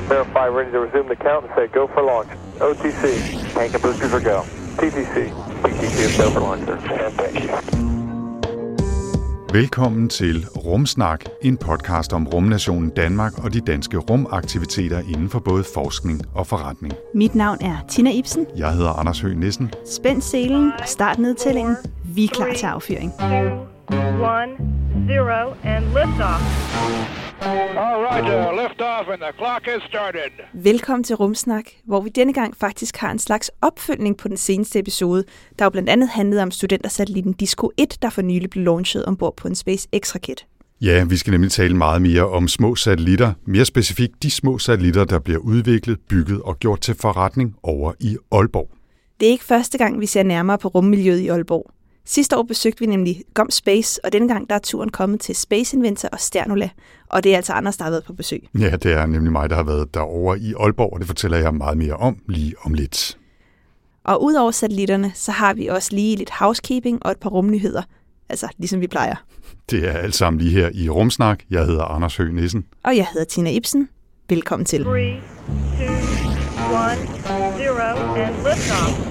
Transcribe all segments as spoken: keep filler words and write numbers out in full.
Verify, ready to resume the count and say go for launch. O T C, tank and boosters are go. T T C, T T C is go for launch, sir. And thank you. Velkommen til Rumsnak, en podcast om rumnationen Danmark og de danske rumaktiviteter inden for både forskning og forretning. Mit navn er Tina Ibsen. Jeg hedder Anders Høgh Nissen. Spænd selen og start nedtællingen. Vi er klar til affyring. two, one, zero, and liftoff. All right, uh, lift off and the clock is started. Velkommen til Rumsnak, hvor vi denne gang faktisk har en slags opfølgning på den seneste episode, der jo blandt andet handlede om studentersatellitten Disco et, der for nylig blev launchet ombord på en SpaceX-raket. Ja, vi skal nemlig tale meget mere om små satellitter, mere specifikt de små satellitter, der bliver udviklet, bygget og gjort til forretning over i Aalborg. Det er ikke første gang, vi ser nærmere på rummiljøet i Aalborg. Sidste år besøgte vi nemlig GomSpace, og denne gang der er turen kommet til Space Inventor og Sternula, og det er altså Anders, der har været på besøg. Ja, det er nemlig mig, der har været derovre i Aalborg, og det fortæller jeg meget mere om lige om lidt. Og udover satellitterne, så har vi også lige lidt housekeeping og et par rumnyheder, altså ligesom vi plejer. Det er alt sammen lige her i Rumsnak. Jeg hedder Anders Høgh Nissen. Og jeg hedder Tina Ibsen. Velkommen til. three, two, one, zero, and liftoff.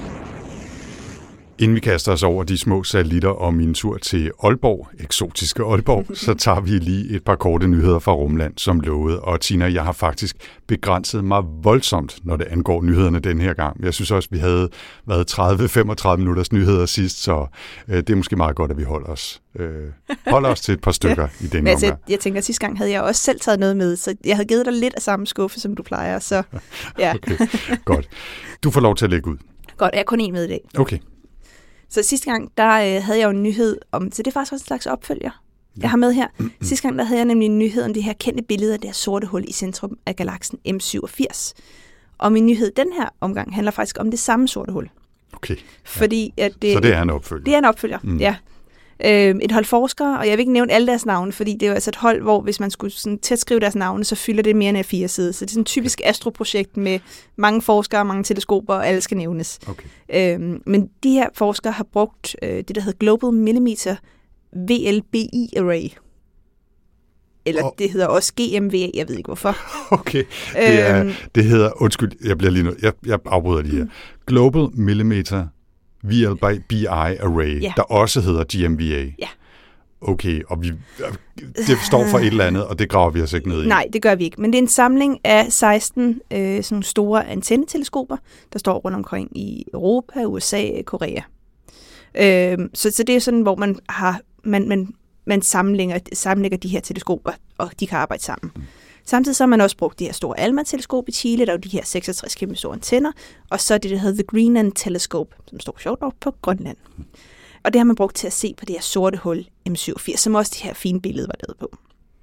Inden vi kaster os over de små satellitter og min tur til Aalborg, eksotiske Aalborg, så tager vi lige et par korte nyheder fra Rumland, som lovede. Og Tina, jeg har faktisk begrænset mig voldsomt, når det angår nyhederne den her gang. Jeg synes også, vi havde været tredive til femogtredive minutters nyheder sidst, så øh, det er måske meget godt, at vi holder os, øh, holder os til et par stykker ja. i denne altså, omgang. Jeg tænker, at sidste gang havde jeg også selv taget noget med, så jeg havde givet dig lidt af samme skuffe, som du plejer. Så ja. Okay, godt. Du får lov til at lægge ud. Godt, jeg er kun en med i dag. Okay. Så sidste gang, der øh, havde jeg jo en nyhed om, så det er faktisk også en slags opfølger, ja. jeg har med her. Sidste gang, der havde jeg nemlig en nyhed om det her kendte billede af det her sorte hul i centrum af galaksen M syvogfirs. Og min nyhed den her omgang handler faktisk om det samme sorte hul. Okay. Ja. Fordi, at det, så det er en opfølger? Det er en opfølger, mm. ja. Øh, et hold forskere, og jeg vil ikke nævne alle deres navne, fordi det er jo altså et hold, hvor hvis man skulle sådan tæt skrive deres navne, så fylder det mere end A fire side. Så det er sådan et typisk okay. astroprojekt med mange forskere, mange teleskoper, og alle skal nævnes. Okay. Øh, men de her forskere har brugt øh, det, der hedder Global Millimeter V L B I Array. Eller oh. det hedder også G M V A, jeg ved ikke hvorfor. Okay, det, er, øhm, det hedder, undskyld, jeg bliver lige nu, jeg, jeg afbryder lige her. Mm. Global Millimeter V L B I Array, ja. der også hedder G M V A. Ja. Okay, og vi, det står for et eller andet, og det graver vi os ikke ned i. Nej, det gør vi ikke. Men det er en samling af seksten øh, sådan store antenneteleskoper, der står rundt omkring i Europa, U S A, Korea. Øh, så, så det er sådan, hvor man har man, man, man sammenlægger, sammenlægger de her teleskoper, og de kan arbejde sammen. Mm. Samtidig så har man også brugt det her store ALMA-teleskop i Chile, der er jo de her seksogtres kæmpe store antenner, og så det, der hedder The Greenland Telescope, som står sjovt nok på Grønland. Og det har man brugt til at se på det her sorte hul M syvogfirs, som også de her fine billeder var lavet på.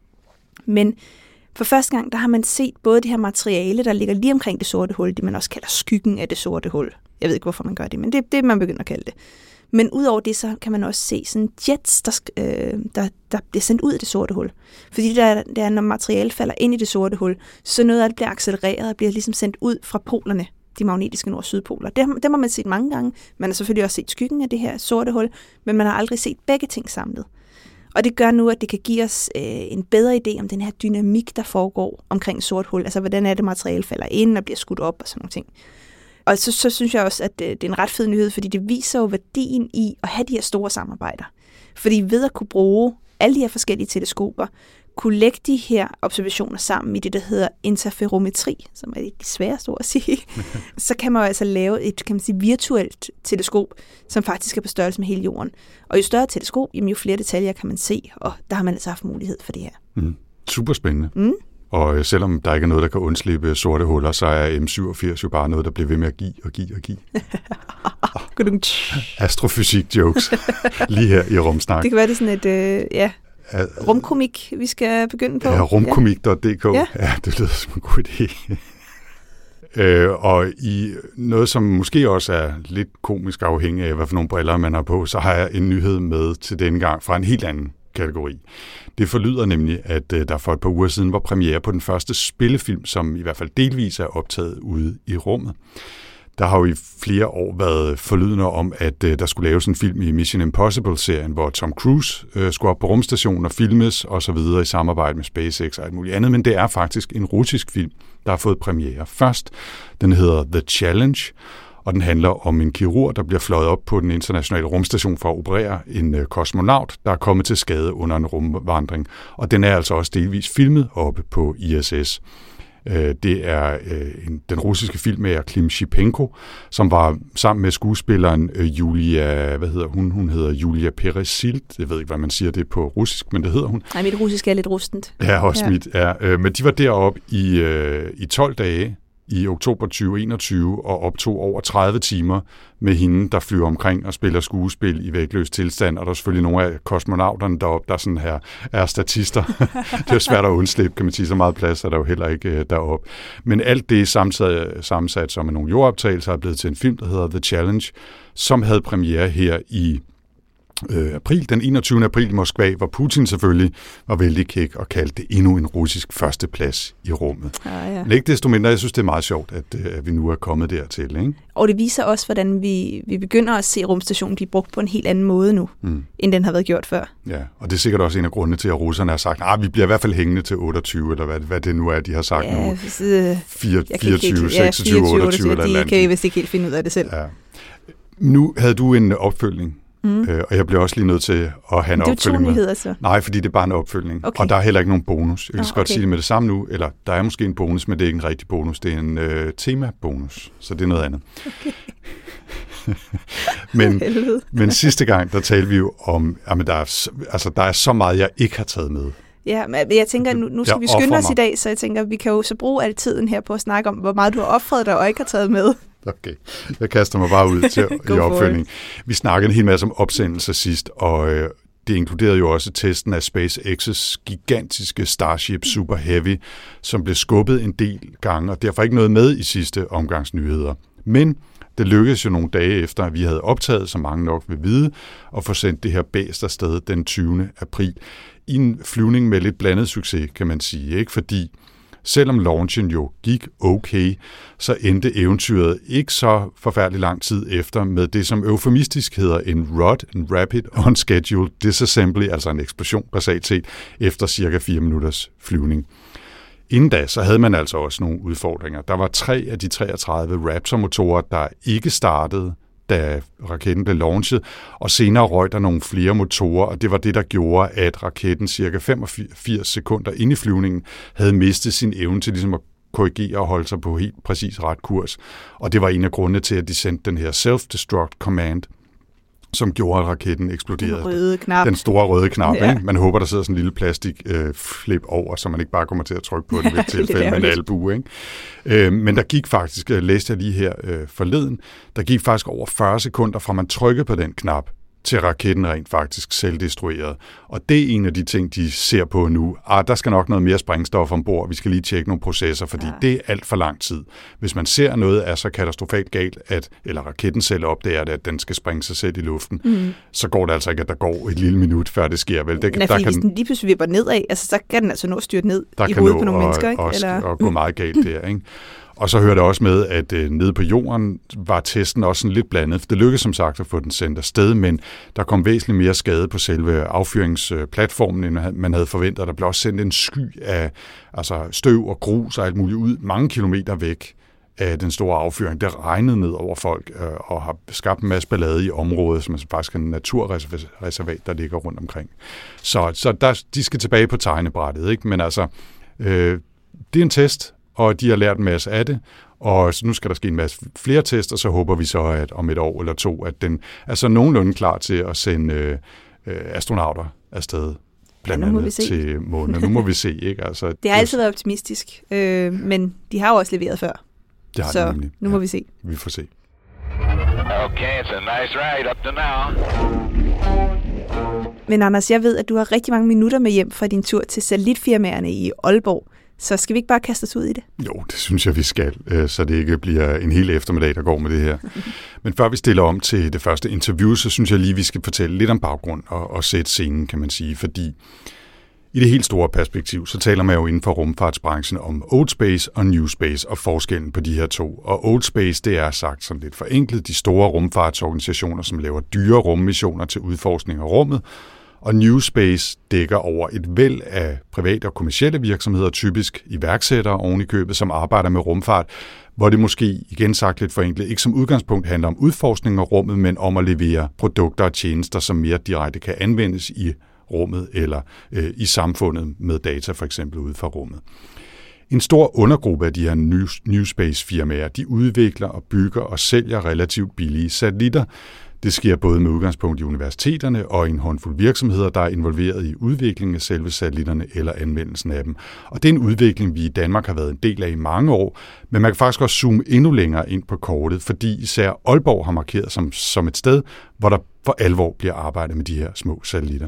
Men for første gang, der har man set både det her materiale, der ligger lige omkring det sorte hul, det man også kalder skyggen af det sorte hul. Jeg ved ikke, hvorfor man gør det, men det er det, man begynder at kalde det. Men udover det, så kan man også se sådan jets, der, øh, der, der bliver sendt ud af det sorte hul. Fordi der, der, når materiale falder ind i det sorte hul, så noget af det bliver accelereret og bliver ligesom sendt ud fra polerne, de magnetiske nord- og sydpoler. Det, det har man set mange gange. Man har selvfølgelig også set skyggen af det her sorte hul, men man har aldrig set begge ting samlet. Og det gør nu, at det kan give os øh, en bedre idé om den her dynamik, der foregår omkring sort hul. Altså, hvordan er det, materiale falder ind og bliver skudt op og sådan nogle ting. Og så, så synes jeg også, at det er en ret fed nyhed, fordi det viser jo værdien i at have de her store samarbejder. Fordi ved at kunne bruge alle de her forskellige teleskoper, kunne lægge de her observationer sammen i det, der hedder interferometri, som er det sværeste ord at sige, så kan man jo altså lave et, kan man sige, virtuelt teleskop, som faktisk er på størrelse med hele jorden. Og jo større teleskop, jamen, jo flere detaljer kan man se, og der har man altså haft mulighed for det her. Mm. Super spændende. Mm. Og selvom der ikke er noget, der kan undslippe sorte huller, så er M syvogfirs jo bare noget, der bliver ved med at give og give og give. Astrofysik-jokes lige her i Rumsnak. Det kan være, det sådan et, øh, ja, rumkomik, vi skal begynde på. Ja, rumkomik punktum d k. Ja. ja, det lyder som en god idé. øh, og i noget, som måske også er lidt komisk afhængig af, hvad for nogle briller man har på, så har jeg en nyhed med til denne gang fra en helt anden kategori. Det forlyder nemlig, at der for et par uger siden var premiere på den første spillefilm, som i hvert fald delvis er optaget ude i rummet. Der har jo i flere år været forlydende om, at øh, der skulle laves en film i Mission Impossible-serien, hvor Tom Cruise øh, skulle op på rumstationen og filmes og så videre i samarbejde med SpaceX og alt muligt andet. Men det er faktisk en russisk film, der har fået premiere først. Den hedder The Challenge, og den handler om en kirurg, der bliver fløjet op på den internationale rumstation for at operere en øh, kosmonaut, der er kommet til skade under en rumvandring. Og den er altså også delvis filmet oppe på I S S. Det er en, den russiske filmmager Klim Shipenko, som var sammen med skuespilleren Julia, hvad hedder hun? Hun hedder Julia Peresild. Jeg ved ikke, hvad man siger det på russisk, men det hedder hun. Nej, mit russisk er lidt rustent. Ja, også ja. mit. Ja. Men de var deroppe i, i tolv dage i oktober tyve enogtyve og optog over tredive timer med hende, der flyver omkring og spiller skuespil i vægtløs tilstand, og der er selvfølgelig nogle af kosmonauterne deroppe, der sådan her er statister. Det er jo svært at undslippe, kan man sige, så meget plads er der jo heller ikke deroppe. Men alt det sammensat, sammensat som med nogle jordoptagelser er blevet til en film, der hedder The Challenge, som havde premiere her i Øh, april, den enogtyvende april i Moskva, hvor Putin selvfølgelig var vældig kæk og kaldte det endnu en russisk førsteplads i rummet. Ah, ja. Men ikke desto mindre, jeg synes, det er meget sjovt, at, at vi nu er kommet dertil. Ikke? Og det viser også, hvordan vi, vi begynder at se rumstationen blive brugt på en helt anden måde nu, mm. end den har været gjort før. Ja, og det er sikkert også en af grundene til, at russerne har sagt, at vi bliver i hvert fald hængende til otteogtyve, eller hvad, hvad det nu er, de har sagt ja, nu. Så, fireogtyve, seksogtyve, otteogtyve eller andet. De kan vist ikke helt finde ud af det selv. Ja. Nu havde du en opfølgning. Mm. Øh, og jeg bliver også lige nødt til at have en opfølgning med. Det er to nyheder, så? Nej, fordi det er bare en opfølgning. Okay. Og der er heller ikke nogen bonus. Jeg kan oh, okay. godt sige det med det samme nu, eller der er måske en bonus, men det er ikke en rigtig bonus. Det er en øh, tema-bonus, så det er noget andet. Okay. men, men sidste gang, der talte vi jo om, at der er, altså, der er så meget, jeg ikke har taget med. Ja, men jeg tænker, nu, nu skal jeg vi skynde os mig. i dag, så jeg tænker, vi kan jo så bruge al tiden her på at snakke om, hvor meget du har offret dig og ikke har taget med. Okay, jeg kaster mig bare ud til i opfølgning. Vi snakkede en hel masse om opsendelser sidst, og øh, det inkluderede jo også testen af SpaceX's gigantiske Starship Super Heavy, som blev skubbet en del gange, og derfor ikke noget med i sidste omgangs nyheder. Men det lykkedes jo nogle dage efter, at vi havde optaget, som mange nok vil vide, og få sendt det her bæst afsted den tyvende april. I en flyvning med lidt blandet succes, kan man sige, ikke? Fordi selvom launchen jo gik okay, så endte eventyret ikke så forfærdelig lang tid efter med det, som eufemistisk hedder en R O D, en Rapid Unscheduled Disassembly, altså en eksplosion basalt set, efter cirka fire minutters flyvning. Inden da, så havde man altså også nogle udfordringer. Der var tre af de treogtredive Raptor-motorer, der ikke startede, da raketten blev launchet, og senere røg der nogle flere motorer, og det var det, der gjorde, at raketten cirka femogfirs sekunder inde i flyvningen havde mistet sin evne til ligesom at korrigere og holde sig på helt præcis ret kurs. Og det var en af grundene til, at de sendte den her self-destruct command, som gjorde, at raketten eksploderede. Den røde knap. Den store røde knap. Ja. Ikke? Man håber, der sidder sådan en lille plastik øh, flip over, så man ikke bare kommer til at trykke på den ved et tilfælde med en albue. Ikke? Øh, men der gik faktisk, øh, læste jeg lige her øh, forleden, der gik faktisk over fyrre sekunder fra man trykkede på den knap, til raketten rent faktisk selvdestrueret. Og det er en af de ting, de ser på nu. Ah, der skal nok noget mere sprængstof ombord. Vi skal lige tjekke nogle processer, fordi ja. det er alt for lang tid. Hvis man ser noget er så katastrofalt galt, at, eller raketten selv opdager det, at den skal sprænge sig selv i luften, mm. så går det altså ikke, at der går et lille minut, før det sker. Vel? Det, Nej, der kan, hvis den lige pludselig vipper nedad, altså, så kan den altså nå at styrte ned i hovedet på nogle og, mennesker. Ikke? Og, eller? og gå meget galt der, ikke? Og så hører det også med, at øh, nede på jorden var testen også sådan lidt blandet. Det lykkedes som sagt at få den sendt afsted, men der kom væsentligt mere skade på selve affyringsplatformen, end man havde forventet. Der blev også sendt en sky af altså støv og grus og alt muligt ud mange kilometer væk af den store affyring. Det regnede ned over folk øh, og har skabt en masse ballade i området, som er faktisk en naturreservat, der ligger rundt omkring. Så, så der, de skal tilbage på tegnebrættet, ikke? Men altså, øh, det er en test, og de har lært en masse af det, og så nu skal der ske en masse flere tester, så håber vi så, at om et år eller to, at den er så nogenlunde klar til at sende øh, astronauter afsted, blandt andet ja, til månen. Nu må vi se, ikke? Altså, det har altid været optimistisk, øh, men de har jo også leveret før, det har så de nemlig. Nu må ja, vi se. Vi får se. Okay, it's a nice ride up to now. Men Anders, jeg ved, at du har rigtig mange minutter med hjem fra din tur til satellitfirmaerne i Aalborg. Så skal vi ikke bare kaste os ud i det? Jo, det synes jeg, vi skal, så det ikke bliver en hel eftermiddag, der går med det her. Men før vi stiller om til det første interview, så synes jeg lige, vi skal fortælle lidt om baggrund og, og sætte scenen, kan man sige. Fordi I det helt store perspektiv, så taler man jo inden for rumfartsbranchen om old space og new space og forskellen på de her to. Og old space, det er sagt sådan lidt forenklet de store rumfartsorganisationer, som laver dyre rummissioner til udforskning af rummet. Og new space dækker over et væld af private og kommercielle virksomheder, typisk iværksættere oven i købet, som arbejder med rumfart, hvor det måske, igen sagt lidt forenklet, ikke som udgangspunkt handler om udforskning af rummet, men om at levere produkter og tjenester, som mere direkte kan anvendes i rummet eller øh, i samfundet med data for eksempel ude fra rummet. En stor undergruppe af de her new, new space firmaer, de udvikler og bygger og sælger relativt billige satellitter. Det sker både med udgangspunkt i universiteterne og en håndfuld virksomheder, der er involveret i udviklingen af selve satellitterne eller anvendelsen af dem. Og det er en udvikling, vi i Danmark har været en del af i mange år, men man kan faktisk også zoome endnu længere ind på kortet, fordi især Aalborg har markeret som, som et sted, hvor der for alvor bliver arbejdet med de her små satellitter.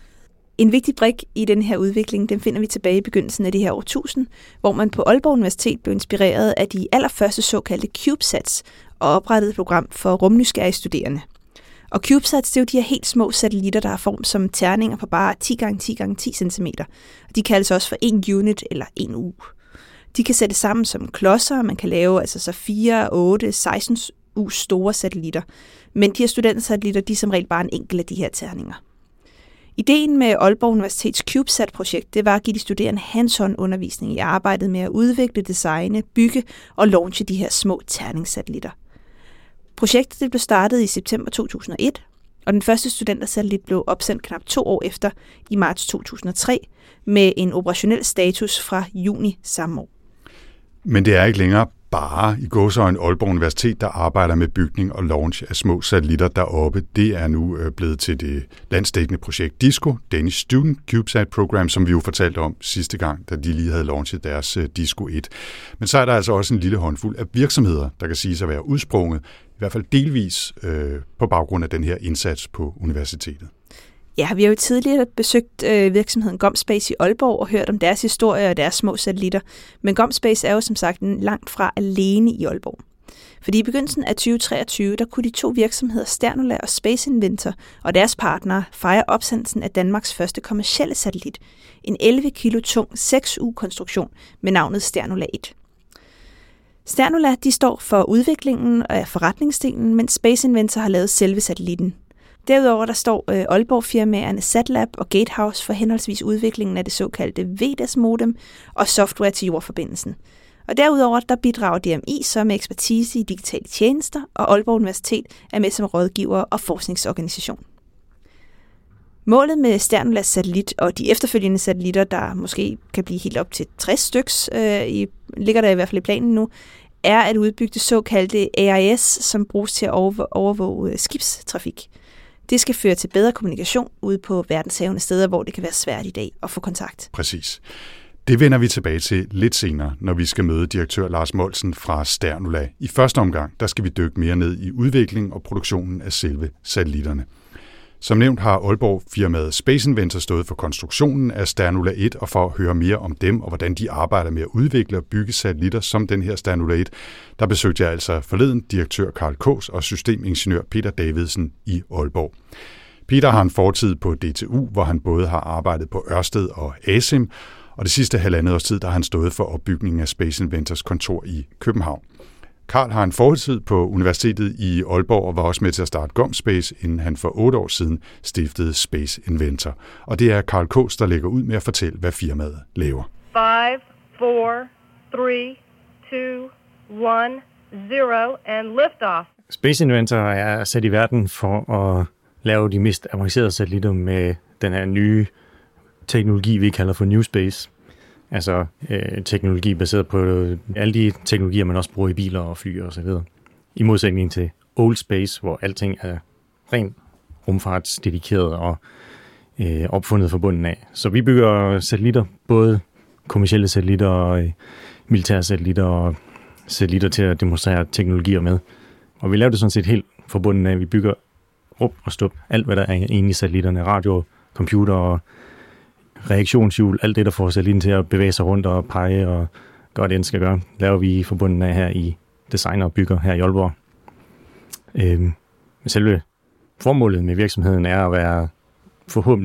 En vigtig brik i den her udvikling, den finder vi tilbage i begyndelsen af det her årtusind, hvor man på Aalborg Universitet blev inspireret af de allerførste såkaldte CubeSats og oprettede et program for rumnysgerrige studerende. Og CubeSats, det er jo de her helt små satellitter, der har form som terninger på bare ti gange ti gange ti centimeter. De kaldes også for en unit eller en U. De kan sættes sammen som klodser, og man kan lave altså så fire, otte, seksten U store satellitter. Men de her studentersatellitter, de er som regel bare en enkelt af de her terninger. Ideen med Aalborg Universitets CubeSat-projekt, det var at give de studerende hands-on undervisning i arbejdet med at udvikle, designe, bygge og launche de her små terningssatellitter. Projektet det blev startet i september to tusind og et, og den første studentersatellit blev opsendt knap to år efter i marts to tusind og tre med en operationel status fra juni samme år. Men det er ikke længere bare i gåseøjne Aalborg Universitet, der arbejder med bygning og launch af små satellitter deroppe. Det er nu blevet til det landsdækkende projekt DISCO, Danish Student CubeSat Program, som vi jo fortalte om sidste gang, da de lige havde launchet deres DISCO et. Men så er der altså også en lille håndfuld af virksomheder, der kan siges at være udsprunget, i hvert fald delvis øh, på baggrund af den her indsats på universitetet. Ja, vi har jo tidligere besøgt øh, virksomheden GomSpace i Aalborg og hørt om deres historie og deres små satellitter. Men GomSpace er jo som sagt langt fra alene i Aalborg. Fordi i begyndelsen af tyve treogtyve, der kunne de to virksomheder Sternula og Space Inventor og deres partnere fejre opsendelsen af Danmarks første kommercielle satellit. En elleve kilo tung seks U-konstruktion med navnet Sternula et. Sternula de står for udviklingen af forretningsdelen, mens Space Inventor har lavet selve satellitten. Derudover der står øh, Aalborg-firmaerne SatLab og Gatehouse for henholdsvis udviklingen af det såkaldte V D A S-modem og software til jordforbindelsen. Og derudover der bidrager D M I så med ekspertise i digitale tjenester, og Aalborg Universitet er med som rådgiver og forskningsorganisation. Målet med Sternulas satellit og de efterfølgende satellitter, der måske kan blive helt op til tres styks, øh, i, ligger der i hvert fald i planen nu, er at udbygge det såkaldte A I S, som bruges til at overvåge skibstrafik. Det skal føre til bedre kommunikation ude på verdenshavende steder, hvor det kan være svært i dag at få kontakt. Præcis. Det vender vi tilbage til lidt senere, når vi skal møde direktør Lars Molsen fra Sternula. I første omgang, der skal vi dykke mere ned i udviklingen og produktionen af selve satellitterne. Som nævnt har Aalborg-firmaet Space Inventor stået for konstruktionen af Sternula et, og for at høre mere om dem og hvordan de arbejder med at udvikle og bygge satellitter som den her Sternula et, der besøgte jeg altså forleden direktør Karl Kaas og systemingeniør Peter Davidsen i Aalborg. Peter har en fortid på D T U, hvor han både har arbejdet på Ørsted og A S I M, og det sidste halvandet års tid, der har han stået for opbygningen af Space Inventors kontor i København. Karl har en fortid på Universitetet i Aalborg og var også med til at starte GomSpace, inden han for otte år siden stiftede Space Inventor. Og det er Karl Kaas, der lægger ud med at fortælle, hvad firmaet laver. Five, four, three, two, one, zero, and liftoff. Space Inventor er sat i verden for at lave de mest avancerede satellitter med den her nye teknologi, vi kalder for New Space. Altså øh, teknologi baseret på øh, alle de teknologier, man også bruger i biler og fly og så videre. I modsætning til Old Space, hvor alting er rent rumfartsdedikeret og øh, opfundet fra bunden af. Så vi bygger satellitter, både kommercielle satellitter og øh, militære satellitter og satellitter til at demonstrere teknologier med. Og vi laver det sådan set helt fra bunden af. Vi bygger rum og stup, alt hvad der er inde i satellitterne, radio, computer og reaktionshjul, alt det, der får satellitten til at bevæge sig rundt og pege og gøre det, den skal gøre, laver vi forbundet af her i designer og bygger her i Aalborg. Øhm, selve formålet med virksomheden er at være forhåbentlig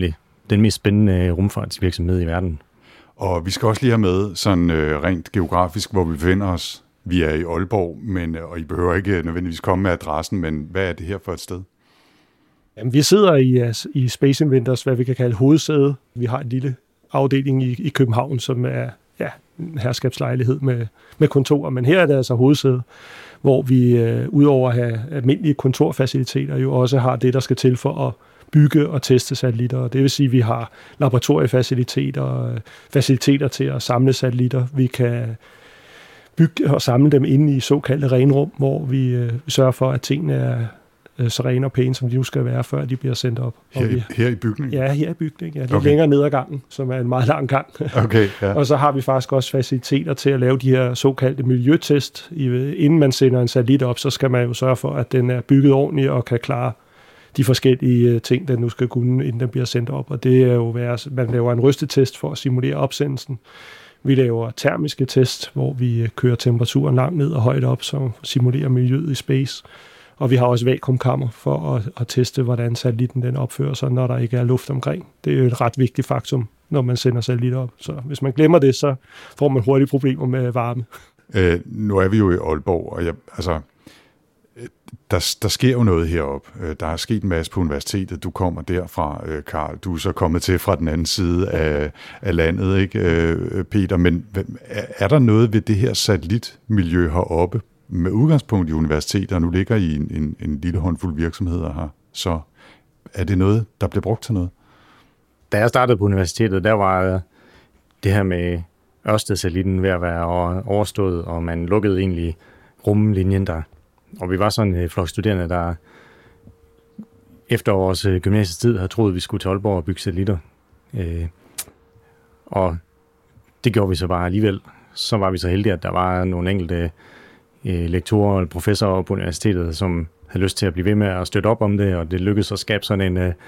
den mest spændende rumfartsvirksomhed i verden. Og vi skal også lige have med, sådan øh, rent geografisk, hvor vi befinder os. Vi er i Aalborg, men, og I behøver ikke nødvendigvis komme med adressen, men hvad er det her for et sted? Jamen, vi sidder i, i Space Inventors, hvad vi kan kalde hovedsæde. Vi har en lille afdeling i, i København, som er ja, en herskabslejlighed med, med kontorer, men her er det altså hovedsæde, hvor vi øh, udover at have almindelige kontorfaciliteter jo også har det, der skal til for at bygge og teste satellitter. Det vil sige, at vi har laboratoriefaciliteter, faciliteter til at samle satellitter. Vi kan bygge og samle dem inde i såkaldte renrum, hvor vi øh, sørger for, at tingene er øh, så rene og pæne, som de nu skal være, før de bliver sendt op. Her, vi, her i bygningen? Ja, her i bygningen. Ja. Lidt okay. længere ned ad gangen, som er en meget lang gang. Okay, ja. Og så har vi faktisk også faciliteter til at lave de her såkaldte miljøtest. Inden man sender en satellit op, så skal man jo sørge for, at den er bygget ordentligt og kan klare de forskellige ting, den nu skal kunne, inden den bliver sendt op. Og det er jo, at man laver en rystetest for at simulere opsendelsen. Vi laver termiske test, hvor vi kører temperaturen langt ned og højt op, så simulerer miljøet i space. Og vi har også vakuumkammer for at, at teste, hvordan satellitten den opfører sig, når der ikke er luft omkring. Det er jo et ret vigtigt faktum, når man sender satellitter op. Så hvis man glemmer det, så får man hurtigt problemer med varme. Øh, nu er vi jo i Aalborg, og jeg, altså, der, der sker jo noget heroppe. Der er sket en masse på universitetet. Du kommer derfra, Karl. Du er så kommet til fra den anden side af, af landet, ikke, Peter? Men er, er der noget ved det her satellitmiljø heroppe, med udgangspunkt i universiteter, og nu ligger I en, en, en lille håndfuld virksomheder her, så er det noget, der bliver brugt til noget? Da jeg startede på universitetet, der var det her med Ørsted-satellitten ved at være overstået, og man lukkede egentlig rumlinjen der. Og vi var sådan en flok studerende, der efter vores gymnasietid havde troet, at vi skulle til Aalborg og bygge satellitter. Og det gjorde vi så bare alligevel. Så var vi så heldige, at der var nogle enkelte lektorer og professorer på universitetet, som havde lyst til at blive ved med at støtte op om det, og det lykkedes at skabe sådan en uh,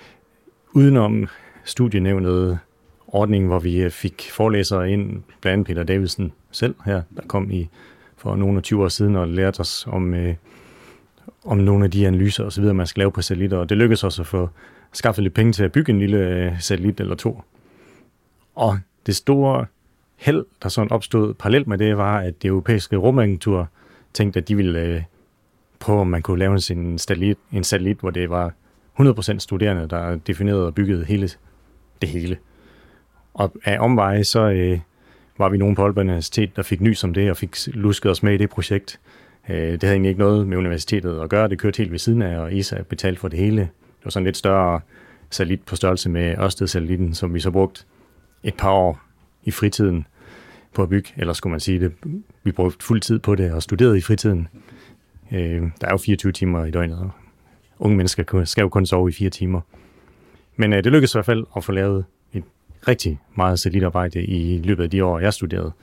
udenom studienævnet ordning, hvor vi fik forelæsere ind, blandt andet Peter Davidsen selv her, der kom i for nogle og tyve år siden og lærte os om, uh, om nogle af de analyser og så videre, man skal lave på satellitter, og det lykkedes også at få skaffet lidt penge til at bygge en lille uh, satellit eller to. Og det store held, der sådan opstod parallelt med det, var, at det europæiske rumagentur tænkte, at de ville øh, prøve, om man kunne lave en satellit, en satellit, hvor det var hundrede procent studerende, der definerede og byggede hele, det hele. Og af omveje, så øh, var vi nogen på Aalborg Universitet, der fik nys om det, og fik lusket os med i det projekt. Øh, det havde egentlig ikke noget med universitetet at gøre, det kørte helt ved siden af, og E S A betalte for det hele. Det var sådan lidt større satellit på størrelse med Ørsted-satellitten, som vi så brugte et par år i fritiden på at bygge, eller skulle man sige det, vi brugte fuld tid på det og studerede i fritiden. Øh, der er jo fireogtyve timer i døgnet, og unge mennesker skal jo kun sove i fire timer. Men øh, det lykkedes i hvert fald at få lavet et rigtig meget satellitarbejde i løbet af de år, jeg studerede.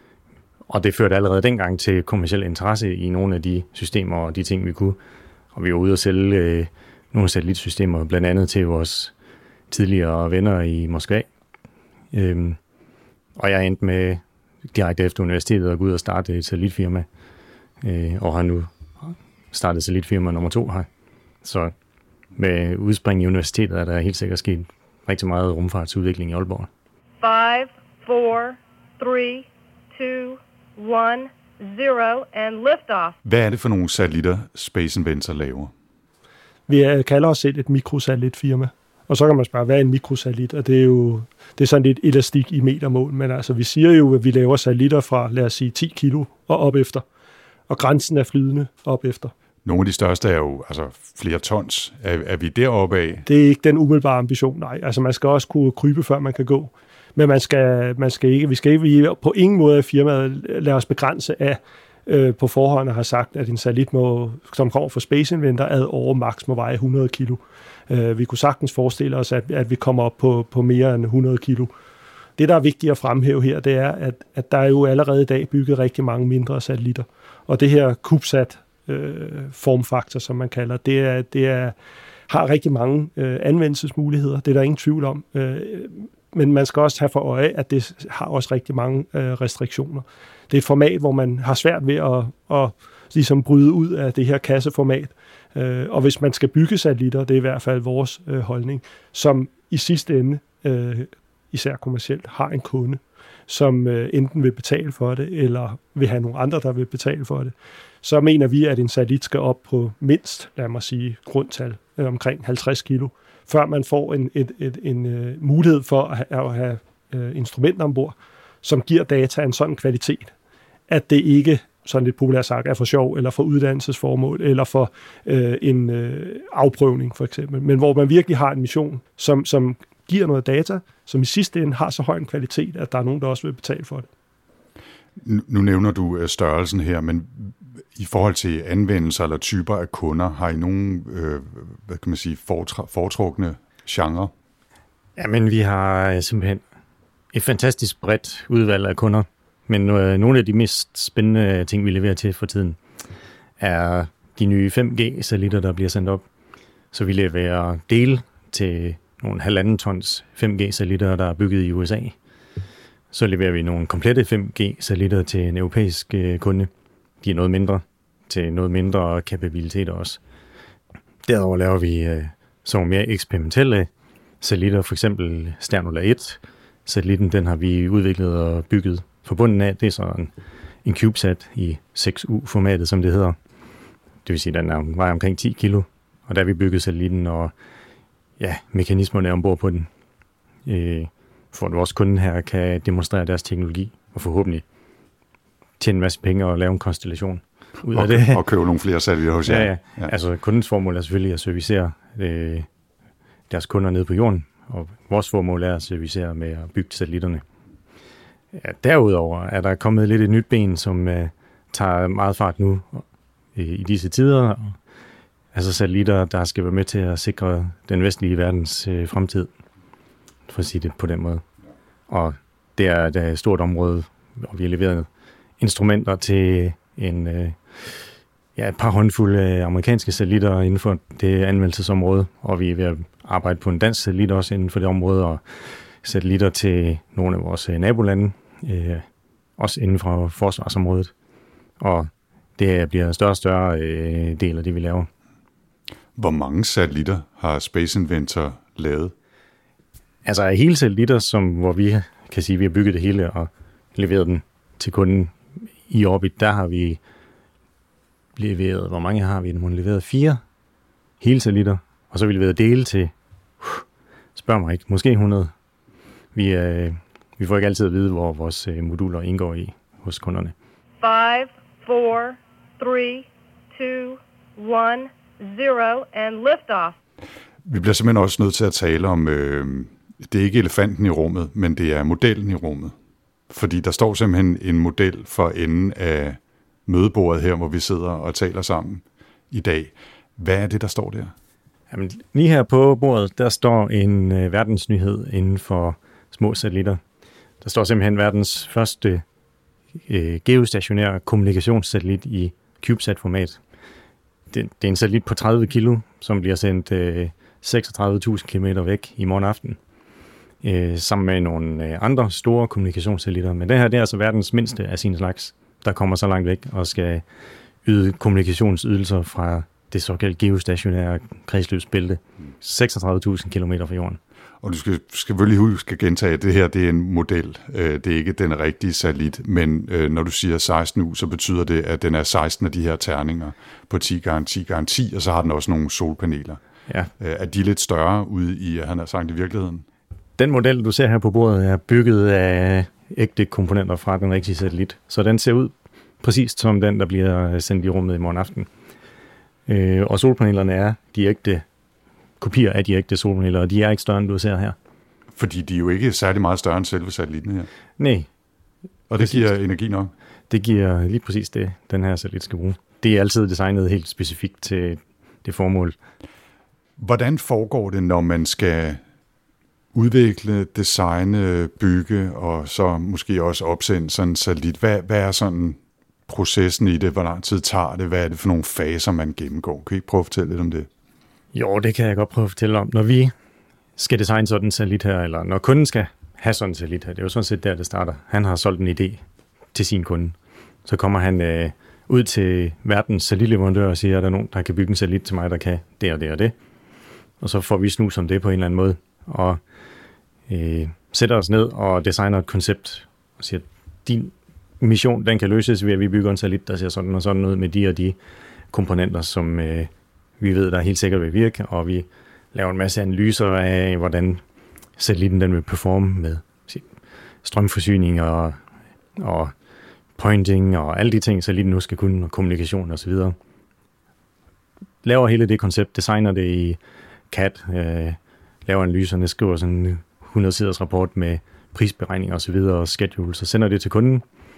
Og det førte allerede dengang til kommerciel interesse i nogle af de systemer og de ting, vi kunne. Og vi var ude og sælge øh, nogle satellitsystemer, blandt andet til vores tidligere venner i Moskva. Øh, Og jeg endte med direkte efter universitetet at gå ud og starte et satellitfirma, øh, og har nu startet satellitfirma nummer to her. Så med udspring i universitetet er der helt sikkert sket rigtig meget rumfartsudvikling i Aalborg. five, four, three, two, one, zero, and liftoff. Hvad er det for nogle satellitter, Space Inventor laver? Vi kalder os selv et mikrosatellitfirma. Og så kan man spørge, hvad er en mikrosatellit? Og det er jo det er sådan lidt elastik i metermål, men altså vi siger jo, at vi laver satellitter fra, lad os sige, ti kilo og op efter. Og grænsen er flydende op efter. Nogle af de største er jo altså flere tons. Er, er vi deroppe af? Det er ikke den umiddelbare ambition, nej. Altså man skal også kunne krybe, før man kan gå. Men man skal, man skal ikke, vi skal ikke på ingen måde af firmaet lade os begrænse af øh, på forhånd og har sagt, at en satellit, må, som kommer fra Space Inventor, ad over max må veje hundrede kilo. Uh, vi kunne sagtens forestille os, at, at vi kommer op på, på mere end hundrede kilo. Det, der er vigtigt at fremhæve her, det er, at, at der er jo allerede i dag bygget rigtig mange mindre satellitter. Og det her CubeSat øh, formfaktor, som man kalder, det, er, det er, har rigtig mange øh, anvendelsesmuligheder. Det er der ingen tvivl om. Øh, men man skal også have for øje, at det har også rigtig mange øh, restriktioner. Det er et format, hvor man har svært ved at, at ligesom bryde ud af det her kasseformat. Og hvis man skal bygge satellitter, det er i hvert fald vores øh, holdning, som i sidste ende, øh, især kommercielt, har en kunde, som øh, enten vil betale for det, eller vil have nogle andre, der vil betale for det, så mener vi, at en satellit skal op på mindst, lad mig sige, grundtal, øh, omkring halvtreds kilo, før man får en, et, et, en øh, mulighed for at have, at have øh, instrumenter ombord, som giver data en sådan kvalitet, at det ikke, sådan lidt populært sagt, er for sjov, eller for uddannelsesformål, eller for øh, en øh, afprøvning for eksempel, men hvor man virkelig har en mission, som, som giver noget data, som i sidste ende har så høj en kvalitet, at der er nogen, der også vil betale for det. Nu nævner du størrelsen her, men i forhold til anvendelser eller typer af kunder, har I nogen, øh, hvad kan man sige, foretrukne genre? Jamen, vi har simpelthen et fantastisk bredt udvalg af kunder, men øh, nogle af de mest spændende ting, vi leverer til for tiden, er de nye fem G-satellitter, der bliver sendt op. Så vi leverer dele til nogle halvanden tons fem G-satellitter, der er bygget i U S A. Så leverer vi nogle komplette fem G-satellitter til en europæisk øh, kunde. De er noget mindre, til noget mindre kapabiliteter også. Derudover laver vi øh, så mere eksperimentelle satellitter, for eksempel Sternula et. Satellitten, den har vi udviklet og bygget fra bunden af. Det er så en, en CubeSat i seks U-formatet, som det hedder. Det vil sige, at den er, vejer omkring ti kilo. Og der har vi bygget satellitten, og ja, mekanismerne er ombord på den. Øh, for at også kunden her kan demonstrere deres teknologi, og forhåbentlig tjene en masse penge og lave en konstellation ud af og, det. Og købe nogle flere satellitter hos jer. Ja, ja. ja. Altså kundens formål er selvfølgelig at servicere øh, deres kunder nede på jorden, og vores formål er at servicere med at bygge satellitterne. Ja, derudover er der kommet lidt et nyt ben, som øh, tager meget fart nu øh, i disse tider. Altså satellitter, der skal være med til at sikre den vestlige verdens øh, fremtid, for at sige det på den måde. Og det er, det er et stort område, og vi har leveret instrumenter til en, øh, ja, et par håndfulde amerikanske satellitter inden for det anvendelsesområde, og vi er ved at arbejde på en dansk satellit også inden for det område, og satellitter til nogle af vores nabolande, øh, også inden for forsvarsområdet. Og det bliver en større og større øh, del af det, vi laver. Hvor mange satellitter har Space Inventor lavet? Altså hele satellitter, som, hvor vi kan sige, at vi har bygget det hele og leveret den til kunden i orbit, der har vi leveret, hvor mange har vi? Vi har leveret fire hele satellitter, og så har vi leveret dele til, uh, spørg mig ikke, måske hundrede. Vi, øh, vi får ikke altid at vide, hvor vores øh, moduler indgår i hos kunderne. five, four, three, two, one, zero, and liftoff. Vi bliver simpelthen også nødt til at tale om, øh, det er ikke elefanten i rummet, men det er modellen i rummet. Fordi der står simpelthen en model for enden af mødebordet her, hvor vi sidder og taler sammen i dag. Hvad er det, der står der? Jamen, lige her på bordet, der står en øh, verdensnyhed inden for små satellitter. Der står simpelthen verdens første øh, geostationære kommunikationssatellit i CubeSat-format. Det, det er en satellit på tredive kilo, som bliver sendt øh, seksogtredive tusind kilometer væk i morgen aften, øh, sammen med nogle øh, andre store kommunikationssatellitter. Men det her, det er altså verdens mindste af sin slags, der kommer så langt væk og skal yde kommunikationsydelser fra det såkaldte geostationære kredsløbsbælte, seksogtredive tusind kilometer fra jorden. Og du skal selvfølgelig huske at gentage, at det her det er en model. Det er ikke den rigtige satellit, men når du siger seksten U, så betyder det, at den er seksten af de her terninger på ti gange ti gange ti, og så har den også nogle solpaneler. Ja. Er de lidt større ude i, han har sagt, i virkeligheden? Den model, du ser her på bordet, er bygget af ægte komponenter fra den rigtige satellit, så den ser ud præcis som den, der bliver sendt i rummet i morgen aften. Og solpanelerne er de ægte kopier af de ægte solpaneler, og de er ikke større, end du ser her. Fordi de er jo ikke særlig meget større end selve satellitten her. Nej. Og det præcis. Giver energi nok? Det giver lige præcis det, den her satellit skal bruge. Det er altid designet helt specifikt til det formål. Hvordan foregår det, når man skal udvikle, designe, bygge, og så måske også opsende sådan en satellit? Hvad, hvad er sådan processen i det? Hvor lang tid tager det? Hvad er det for nogle faser, man gennemgår? Kan I ikke prøve at fortælle lidt om det? Jo, det kan jeg godt prøve at fortælle om. Når vi skal designe sådan en satellit her, eller når kunden skal have sådan en satellit her, det er jo sådan set der, det starter. Han har solgt en idé til sin kunde. Så kommer han øh, ud til verdens satellitleverandør og siger, at der er nogen, der kan bygge en satellit til mig, der kan det og det og det. Og så får vi snus om det på en eller anden måde. og øh, sætter os ned og designer et koncept og siger, din mission, den kan løses ved, at vi bygger en satellit, der ser sådan og sådan ud med de og de komponenter, som øh, vi ved, der er helt sikkert vil virke, og vi laver en masse analyser af, hvordan satellitten den vil performe med strømforsyning og, og pointing og alle de ting, satellitten nu skal kunne, og kommunikation og så videre. Laver hele det koncept, designer det i C A D, øh, laver analyserne, skriver sådan en hundrede siders rapport med prisberegninger og så videre, og schedule, så sender det til kunden.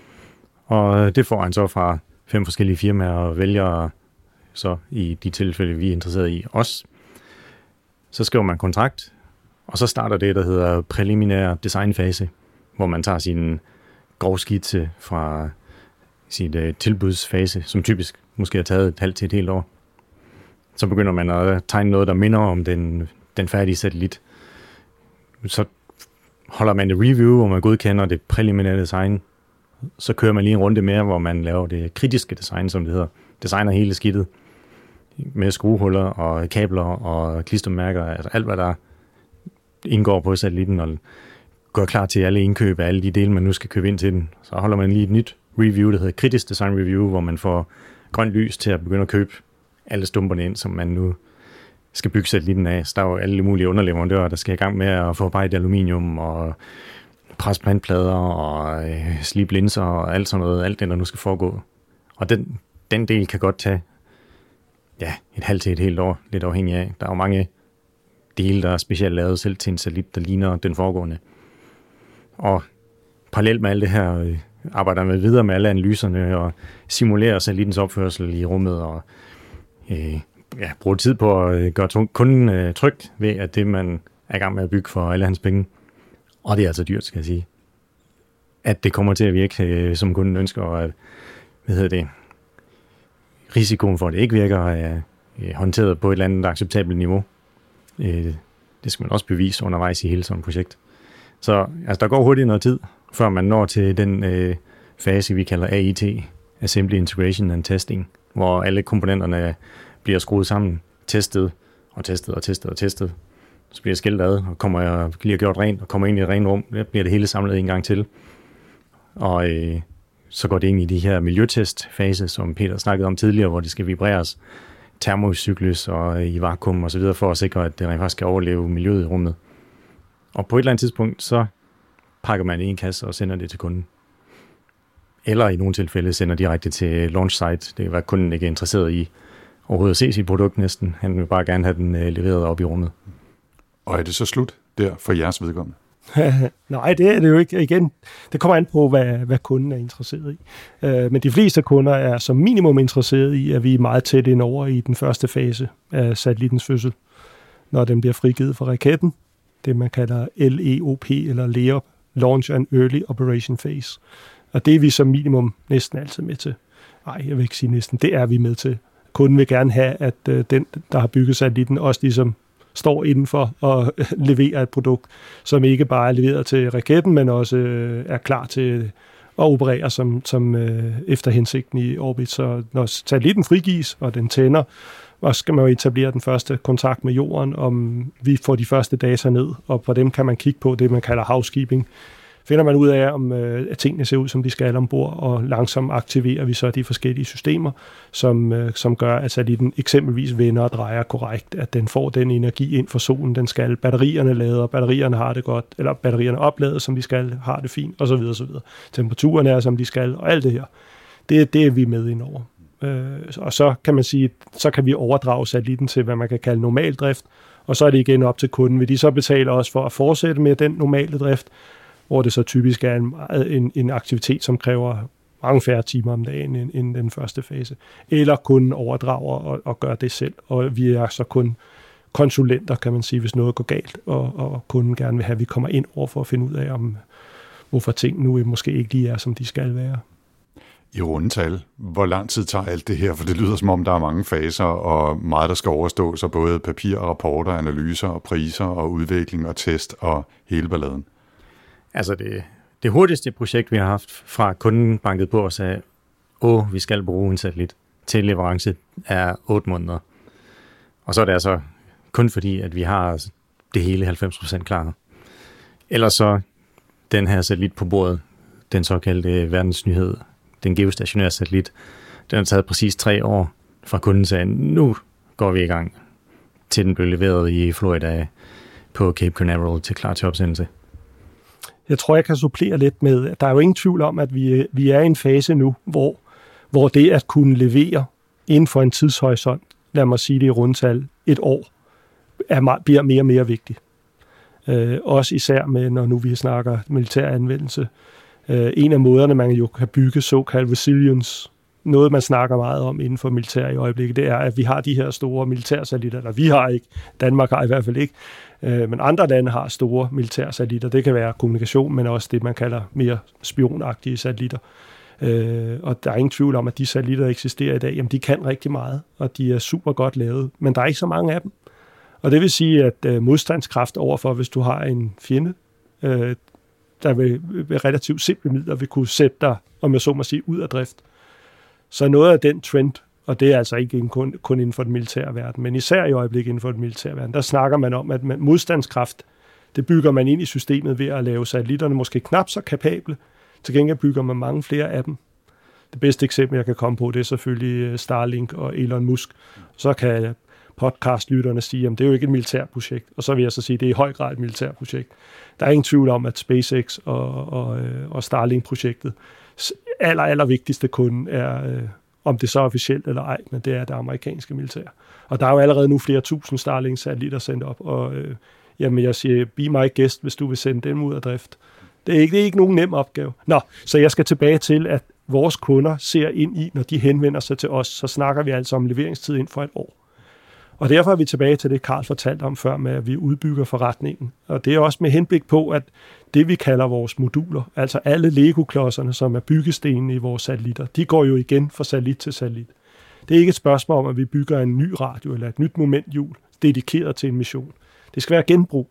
Og det får han så fra fem forskellige firmaer og vælger så i de tilfælde, vi er interesseret i os. Så skriver man kontrakt, og så starter det, der hedder præliminær designfase, hvor man tager sin grov skitse fra sin uh, tilbudsfase, som typisk måske har taget et halvt til et helt år. Så begynder man at tegne noget, der minder om den, den færdige satellit. Så holder man et review, hvor man godkender det præliminære design. Så kører man lige en runde mere, hvor man laver det kritiske design, som det hedder. Designer hele skidtet med skruehuller og kabler og klistermærker, altså alt, hvad der indgår på satellitten, og går klar til alle indkøb af alle de dele, man nu skal købe ind til den. Så holder man lige et nyt review, der hedder kritisk design review, hvor man får grønt lys til at begynde at købe alle stumperne ind, som man nu skal bygge satellitten af. Så der er jo alle mulige underleverandører, der skal i gang med at forarbejde aluminium og presplantplader og øh, slibe linser og alt sådan noget, alt det, der nu skal foregå. Og den, den del kan godt tage ja, et halvt til et helt år, lidt afhængig af. Der er jo mange dele, der er specielt lavet selv til en satellit, der ligner den foregående. Og parallelt med alt det her, øh, arbejder man videre med alle analyserne og simulerer satellittens opførsel i rummet og øh, ja, bruger tid på at gøre kunden øh, tryg ved, at det, man er i gang med at bygge for alle hans penge. Og det er altså dyrt, skal jeg sige. At det kommer til at virke, øh, som kunden ønsker, og at, hvad hedder det, risikoen for, at det ikke virker, er øh, håndteret på et eller andet acceptabelt niveau. Øh, det skal man også bevise undervejs i hele sådan et projekt. Så altså, der går hurtigt noget tid, før man når til den øh, fase, vi kalder A I T, Assembly Integration and Testing, hvor alle komponenterne bliver skruet sammen, testet og testet og testet og testet. Så bliver skilt ad, og kommer jeg bliver gjort rent, og kommer ind i et rent rum, der bliver det hele samlet en gang til. Og øh, så går det ind i de her miljøtestfase, som Peter snakkede om tidligere, hvor det skal vibreres termocyklus og øh, i vakuum og så videre, for at sikre, at det faktisk skal overleve miljøet i rummet. Og på et eller andet tidspunkt, så pakker man det i en kasse og sender det til kunden. Eller i nogle tilfælde sender direkte til launch site. Det er, hvad kunden ikke er interesseret i overhovedet at se sit produkt næsten. Han vil bare gerne have den øh, leveret op i rummet. Og er det så slut der for jeres vedkommende? Nej, det er det jo ikke. Igen, det kommer an på, hvad, hvad kunden er interesseret i. Øh, men de fleste kunder er som minimum interesseret i, at vi er meget tæt ind over i den første fase af satellittens fødsel, når den bliver frigivet fra raketten. Det man kalder L E O P eller L E O P, Launch and Early Operation Phase. Og det er vi som minimum næsten altid med til. Nej, jeg vil ikke sige næsten. Det er vi med til. Kunden vil gerne have, at øh, den, der har bygget satellitten, også ligesom står indenfor og leverer et produkt, som ikke bare er leveret til raketten, men også øh, er klar til at operere som, som øh, efter hensigten i orbit. Så når satellitten frigives, og den tænder, og skal man jo etablere den første kontakt med jorden, om vi får de første data ned, og på dem kan man kigge på det, man kalder housekeeping. Finder man ud af, om øh, at tingene ser ud, som de skal ombord, og langsomt aktiverer vi så de forskellige systemer, som, øh, som gør, at satellitten eksempelvis vender og drejer korrekt, at den får den energi ind fra solen, den skal. Batterierne lader, batterierne har det godt, eller batterierne oplader, som de skal, har det fint, osv. osv. Temperaturen er, som de skal, og alt det her. Det, det er vi med indover. Øh, og så kan man sige, så kan vi overdrage satellitten til, hvad man kan kalde normal drift, og så er det igen op til kunden. Vil de så betale os for at fortsætte med den normale drift, hvor det så typisk er en, en, en aktivitet, som kræver mange færre timer om dagen end, end den første fase. Eller kunden overdrager og, og gør det selv. Og vi er så kun konsulenter, kan man sige, hvis noget går galt, og, og kunden gerne vil have, at vi kommer ind over for at finde ud af, om hvorfor ting nu måske ikke lige er, som de skal være. I rundetal, hvor lang tid tager alt det her? For det lyder som om, der er mange faser og meget, der skal overstås, og både papir, rapporter, analyser og priser og udvikling og test og hele balladen. Altså det, det hurtigste projekt, vi har haft fra kunden banket på os af, åh, vi skal bruge en satellit til leverance, er otte måneder. Og så er det altså kun fordi, at vi har det hele halvfems procent klar. Ellers så den her satellit på bordet, den såkaldte verdensnyhed, den geostationære satellit, den har taget præcis tre år fra kunden sagde, nu går vi i gang, til den blev leveret i Florida på Cape Canaveral til klar til opsendelse. Jeg tror, jeg kan supplere lidt med, at der er jo ingen tvivl om, at vi, vi er i en fase nu, hvor, hvor det at kunne levere inden for en tidshorisont, lad mig sige det i rundtal, et år, er meget, bliver mere og mere vigtigt. Øh, også især med, når nu vi snakker militær anvendelse. Øh, en af måderne, man jo kan bygge såkaldt resilience, noget man snakker meget om inden for militær i øjeblikket, det er, at vi har de her store militærsatellitter, eller vi har ikke, Danmark har i hvert fald ikke, øh, men andre lande har store militærsatellitter. Det kan være kommunikation, men også det, man kalder mere spionagtige satellitter. Øh, og der er ingen tvivl om, at de satellitter, der eksisterer i dag, jamen de kan rigtig meget, og de er super godt lavet, men der er ikke så mange af dem. Og det vil sige, at øh, modstandskraft overfor, hvis du har en fjende, øh, der vil ved relativt simple midler vil kunne sætte dig, om jeg så må sige, ud af drift. Så noget af den trend, og det er altså ikke kun, kun inden for den militære verden, men især i øjeblikket inden for den militære verden, der snakker man om, at man, modstandskraft, det bygger man ind i systemet ved at lave satellitterne måske knap så kapable. Til gengæld bygger man mange flere af dem. Det bedste eksempel, jeg kan komme på, det er selvfølgelig Starlink og Elon Musk. Så kan podcastlytterne sige, at det er jo ikke et militært projekt. Og så vil jeg så sige, at det er i høj grad et militært projekt. Der er ingen tvivl om, at SpaceX og, og, og Starlink-projektet aller, aller vigtigste kunde er, øh, om det så er officielt eller ej, men det er det amerikanske militær. Og der er jo allerede nu flere tusind Starlink-satellitter sendt op, og øh, jamen jeg siger, be my guest, hvis du vil sende dem ud af drift. Det er ikke, det er ikke nogen nem opgave. Nå, så jeg skal tilbage til, at vores kunder ser ind i, når de henvender sig til os, så snakker vi altså om leveringstid inden for et år. Og derfor er vi tilbage til det, Carl fortalte om før, med at vi udbygger forretningen. Og det er også med henblik på, at det vi kalder vores moduler, altså alle Lego-klodserne, som er byggestenene i vores satellitter, de går jo igen fra satellit til satellit. Det er ikke et spørgsmål om, at vi bygger en ny radio eller et nyt momenthjul, dedikeret til en mission. Det skal være genbrug.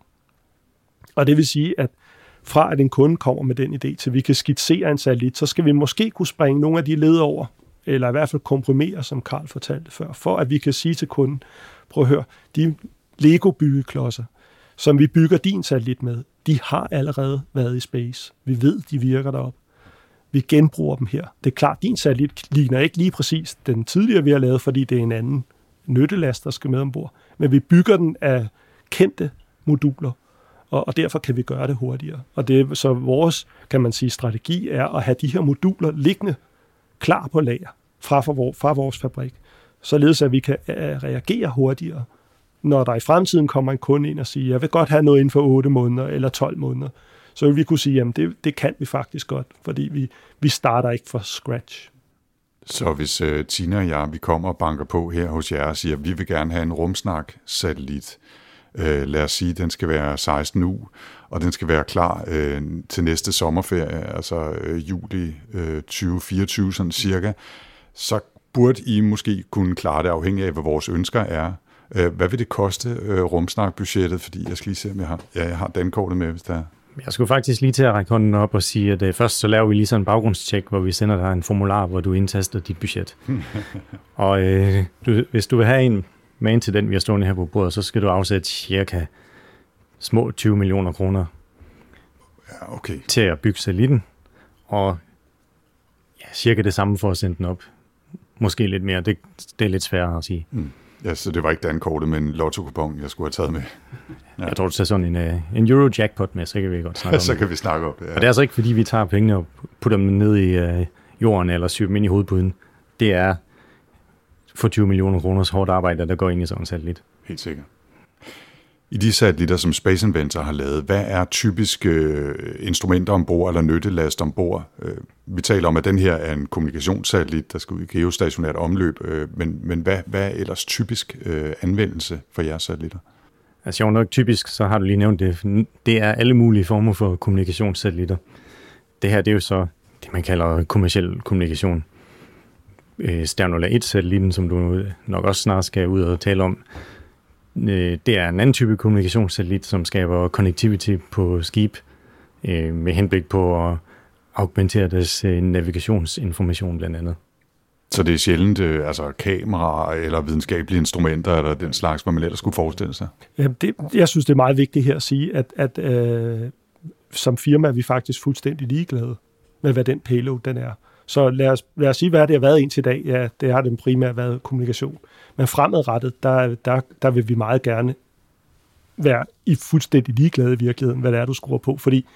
Og det vil sige, at fra at en kunde kommer med den idé, til vi kan skitsere en satellit, så skal vi måske kunne springe nogle af de led over, eller i hvert fald komprimere, som Carl fortalte før, for at vi kan sige til kunden, prøv at høre, de Lego-byggeklodser, som vi bygger din satellit med, de har allerede været i space. Vi ved, de virker deroppe. Vi genbruger dem her. Det er klart, din satellit ligner ikke lige præcis den tidligere, vi har lavet, fordi det er en anden nyttelast, der skal med ombord. Men vi bygger den af kendte moduler, og, og derfor kan vi gøre det hurtigere. Og det er så vores, kan man sige, strategi er at have de her moduler liggende klar på lager fra, fra vores fabrik, således at vi kan reagere hurtigere, når der i fremtiden kommer en kunde ind og siger, jeg vil godt have noget inden for otte måneder eller tolv måneder, så vil vi kunne sige, jamen det, det kan vi faktisk godt, fordi vi, vi starter ikke fra scratch. Så hvis uh, Tina og jeg, vi kommer og banker på her hos jer og siger, at vi vil gerne have en rumsnak-satellit, uh, lad os sige, den skal være seksten uger, og den skal være klar uh, til næste sommerferie, altså uh, juli uh, tyve fireogtyve, sådan cirka, så burde I måske kunne klare det afhængig af, hvad vores ønsker er. Hvad vil det koste, øh, rumsnak-budgettet? Fordi jeg skal lige se, om jeg har, ja, jeg har dankortet med, hvis der er. Jeg skulle faktisk lige til at række hånden op og sige, at øh, først så laver vi lige sådan en baggrundstjek, hvor vi sender dig en formular, hvor du indtaster dit budget. Og øh, du, hvis du vil have en med til den, vi har stående her på bordet, så skal du afsætte cirka små tyve millioner kroner ja, okay. til at bygge satellitten, og ja, cirka det samme for at sende den op. Måske lidt mere, det, det er lidt sværere at sige. Mm. Ja, så det var ikke dankortet, men en lotto-kupon, jeg skulle have taget med. Ja. Jeg tror, du tager sådan en, uh, en Euro-jackpot med, så kan vi godt snakke om så kan vi snakke op, ja. Og det er altså ikke, fordi vi tager pengene og putter dem ned i uh, jorden, eller syr dem ind i hovedpuden. Det er for tyve millioner kroners hårdt arbejde, der går ind i sådan en satellit. Helt sikkert. I de satellitter, som Space Inventor har lavet, hvad er typiske øh, instrumenter ombord eller nyttelast ombord? Øh, vi taler om, at den her er en kommunikationssatellit, der skal ud i geostationært omløb, øh, men, men hvad, hvad er ellers typisk øh, anvendelse for jeres satellitter? Altså jo nok typisk, så har du lige nævnt det. Det er alle mulige former for kommunikationssatellitter. Det her, det er jo så det, man kalder kommerciel kommunikation. Øh, Sternula et-satellitten, som du nok også snart skal ud og tale om, det er en anden type kommunikationssatellit, som skaber connectivity på skib med henblik på at augmentere deres navigationsinformation blandt andet. Så det er sjældent øh, altså kameraer eller videnskabelige instrumenter eller den slags, hvor man ellers skulle forestille sig? Jamen det, jeg synes, det er meget vigtigt her at sige, at, at øh, som firma er vi faktisk fuldstændig ligeglade med, hvad den payload den er. Så lad os, lad os sige, hvad det har været indtil i dag. Ja, det har den primært været kommunikation. Men fremadrettet, der, der, der vil vi meget gerne være i fuldstændig ligeglade i virkeligheden, hvad det er, du skruer på. Fordi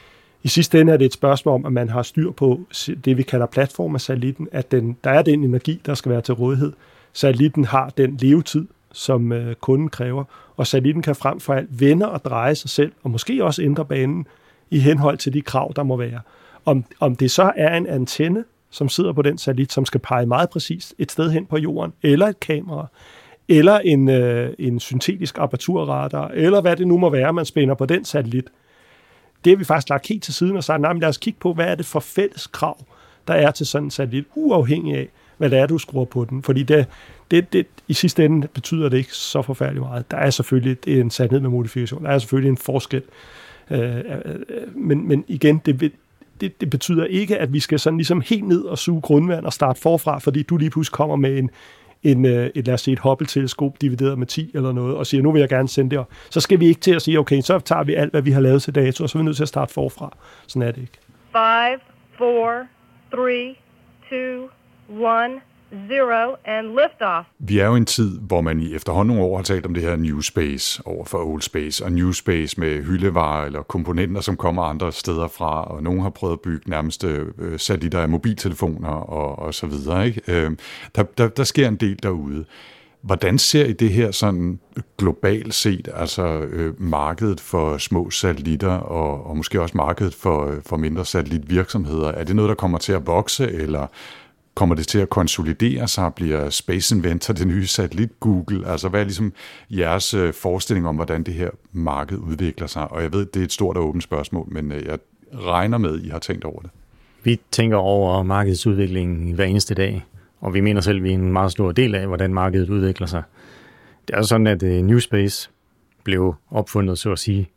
i sidste ende er det et spørgsmål om, at man har styr på det, vi kalder platform af satellitten, at den, der er den energi, der skal være til rådighed. Satellitten har den levetid, som øh, kunden kræver, og satellitten kan frem for alt vende og dreje sig selv, og måske også ændre banen i henhold til de krav, der må være. Om, om det så er en antenne, som sidder på den satellit, som skal pege meget præcist et sted hen på jorden, eller et kamera, eller en, øh, en syntetisk aperturradar, eller hvad det nu må være, man spænder på den satellit, det har vi faktisk lagt helt til siden og sagt, nej, men lad os kigge på, hvad er det for fælles krav, der er til sådan en satellit, uafhængig af, hvad det er, du skruer på den. Fordi det, det, det, i sidste ende betyder det ikke så forfærdeligt meget. Der er selvfølgelig en sandhed med modifikation, der er selvfølgelig en forskel. Øh, men, men igen, det, det, det betyder ikke, at vi skal sådan ligesom helt ned og suge grundvand og starte forfra, fordi du lige pludselig kommer med en En, et, lad os sige, et Hubble-teleskop divideret med ti eller noget, og siger, nu vil jeg gerne sende det op. Så skal vi ikke til at sige, okay, så tager vi alt, hvad vi har lavet til dato, og så er vi nødt til at starte forfra. Sådan er det ikke. Five, four, three, two, one, zero, and liftoff. Vi er jo i en tid, hvor man i efterhånden nogle år har talt om det her New Space over for Old Space, og New Space med hyldevarer eller komponenter, som kommer andre steder fra, og nogen har prøvet at bygge nærmest øh, satellitter af mobiltelefoner og, og så videre. Ikke? Øh, der, der, der sker en del derude. Hvordan ser I det her sådan globalt set, altså øh, markedet for små satellitter og, og måske også markedet for, for mindre satellitvirksomheder? Er det noget, der kommer til at vokse, eller kommer det til at konsolidere sig? Bliver Space Inventor det nye satellit Google? Altså, hvad er ligesom jeres øh, forestilling om, hvordan det her marked udvikler sig? Og jeg ved, det er et stort og åbent spørgsmål, men øh, jeg regner med, I har tænkt over det. Vi tænker over markedsudviklingen hver eneste dag, og vi mener selv, at vi er en meget stor del af, hvordan markedet udvikler sig. Det er sådan, at uh, New Space blev opfundet, så at sige,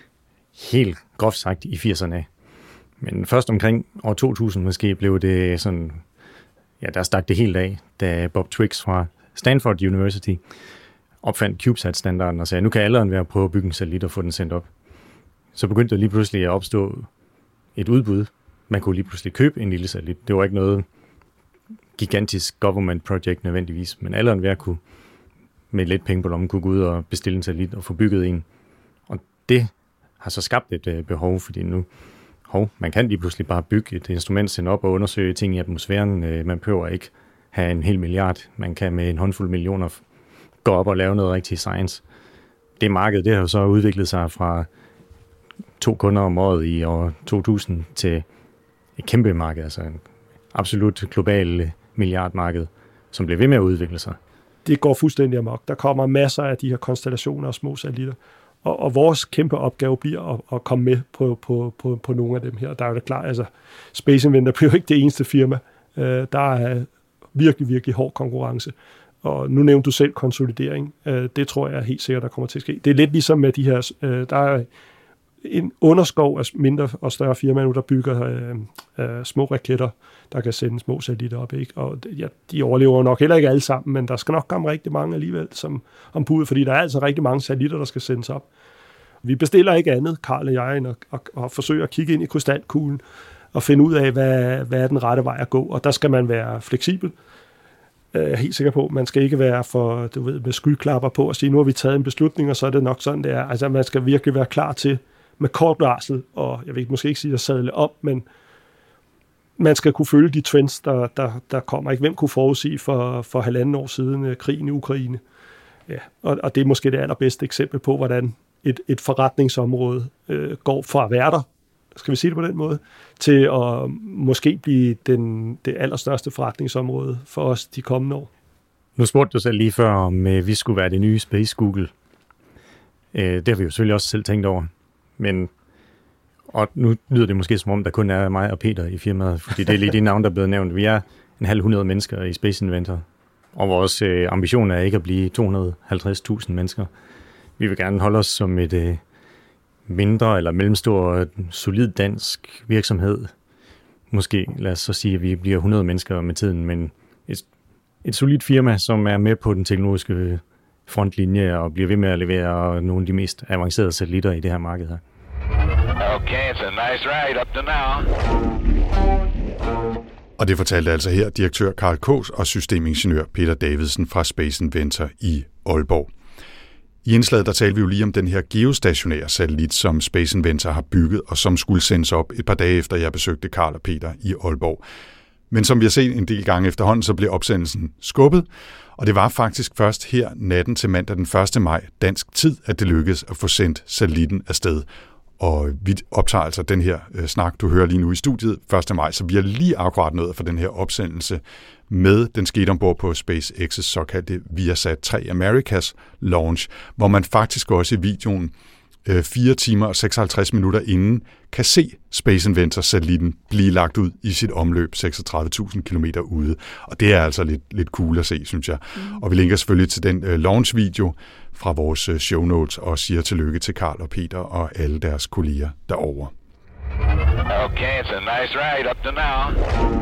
helt groft sagt i firserne. Men først omkring år to tusind måske blev det sådan, ja, der stak det helt af, da Bob Twiggs fra Stanford University opfandt CubeSat-standarden og sagde, nu kan alle være på at bygge en satellit og få den sendt op. Så begyndte der lige pludselig at opstå et udbud. Man kunne lige pludselig købe en lille satellit. Det var ikke noget gigantisk government project nødvendigvis, men alle enhver kunne med lidt penge på lommen kunne gå ud og bestille en satellit og få bygget en. Og det har så skabt et øh, behov, fordi nu hov, man kan lige pludselig bare bygge et instrument, sende op og undersøge ting i atmosfæren. Øh, man behøver ikke have en hel milliard. Man kan med en håndfuld millioner gå op og lave noget rigtig science. Det marked, det har jo så udviklet sig fra to kunder om året i år to tusind til et kæmpe marked, altså en absolut global milliardmarked, som bliver ved med at udvikle sig. Det går fuldstændig amok. Der kommer masser af de her konstellationer og små satellitter. Og, og vores kæmpe opgave bliver at, at komme med på, på, på, på nogle af dem her. Der er jo det klart, altså Space Inventor bliver jo ikke det eneste firma. Uh, der er virkelig, virkelig hård konkurrence. Og nu nævnte du selv konsolidering. Uh, det tror jeg helt sikkert, der kommer til at ske. Det er lidt ligesom med de her, uh, der er en underskov af mindre og større firmaer nu, der bygger øh, øh, små raketter, der kan sende små satellitter op, ikke? Og ja, de overlever nok heller ikke alle sammen, men der skal nok komme rigtig mange alligevel som ombud, fordi der er altså rigtig mange satellitter, der skal sendes op. Vi bestiller ikke andet, Carl og jeg, end at, at, at forsøge at kigge ind i krystalkuglen og finde ud af, hvad, hvad er den rette vej at gå, og der skal man være fleksibel. Jeg er helt sikker på, man skal ikke være for, du ved, med skyklapper på og sige, nu har vi taget en beslutning, og så er det nok sådan, det er. Altså, man skal virkelig være klar til med kort varsel, og jeg vil måske ikke sige at sadle op, men man skal kunne følge de trends, der, der, der kommer. Ikke? Hvem kunne forudsige for, for halvanden år siden uh, krigen i Ukraine? Ja, og, og det er måske det allerbedste eksempel på, hvordan et, et forretningsområde uh, går fra at være der, skal vi sige det på den måde, til at måske blive den, det allerstørste forretningsområde for os de kommende år. Nu spurgte du selv lige før, om uh, vi skulle være det nye Space Google. Uh, det har vi jo selvfølgelig også selv tænkt over. Men, og nu lyder det måske som om, der kun er mig og Peter i firmaet, fordi det er lige de navn, der er blevet nævnt. Vi er en halv hundrede mennesker i Space Inventor, og vores øh, ambition er ikke at blive to hundrede og halvtreds tusind mennesker. Vi vil gerne holde os som et øh, mindre eller mellemstor, solid dansk virksomhed. Måske lad os så sige, at vi bliver hundrede mennesker med tiden, men et, et solidt firma, som er med på den teknologiske frontlinje og bliver ved med at levere nogle af de mest avancerede satellitter i det her marked her. Okay, it's a nice ride up to now. Og det fortalte altså her direktør Karl Kaas og systemingeniør Peter Davidsen fra Space Inventor i Aalborg. I indslaget der talte vi jo lige om den her geostationære satellit, som Space Inventor har bygget, og som skulle sendes op et par dage efter, jeg besøgte Karl og Peter i Aalborg. Men som vi har set en del gange efterhånden, så blev opsendelsen skubbet, og det var faktisk først her natten til mandag den første maj dansk tid, at det lykkedes at få sendt satellitten afsted. Og vi optager altså den her øh, snak, du hører lige nu i studiet, første maj, så vi er lige akkurat nået for den her opsendelse med, den skete ombord på SpaceX's såkaldte Viasat tre Americas launch, hvor man faktisk også i videoen øh, fire timer og seksoghalvtreds minutter inden kan se Space Inventor-satellitten blive lagt ud i sit omløb seksogtredive tusind kilometer ude. Og det er altså lidt, lidt cool at se, synes jeg. Mm. Og vi linker selvfølgelig til den øh, launch-video fra vores øh, show notes og siger tillykke til Karl og Peter og alle deres kolleger derovre. Okay, it's a nice ride up to now.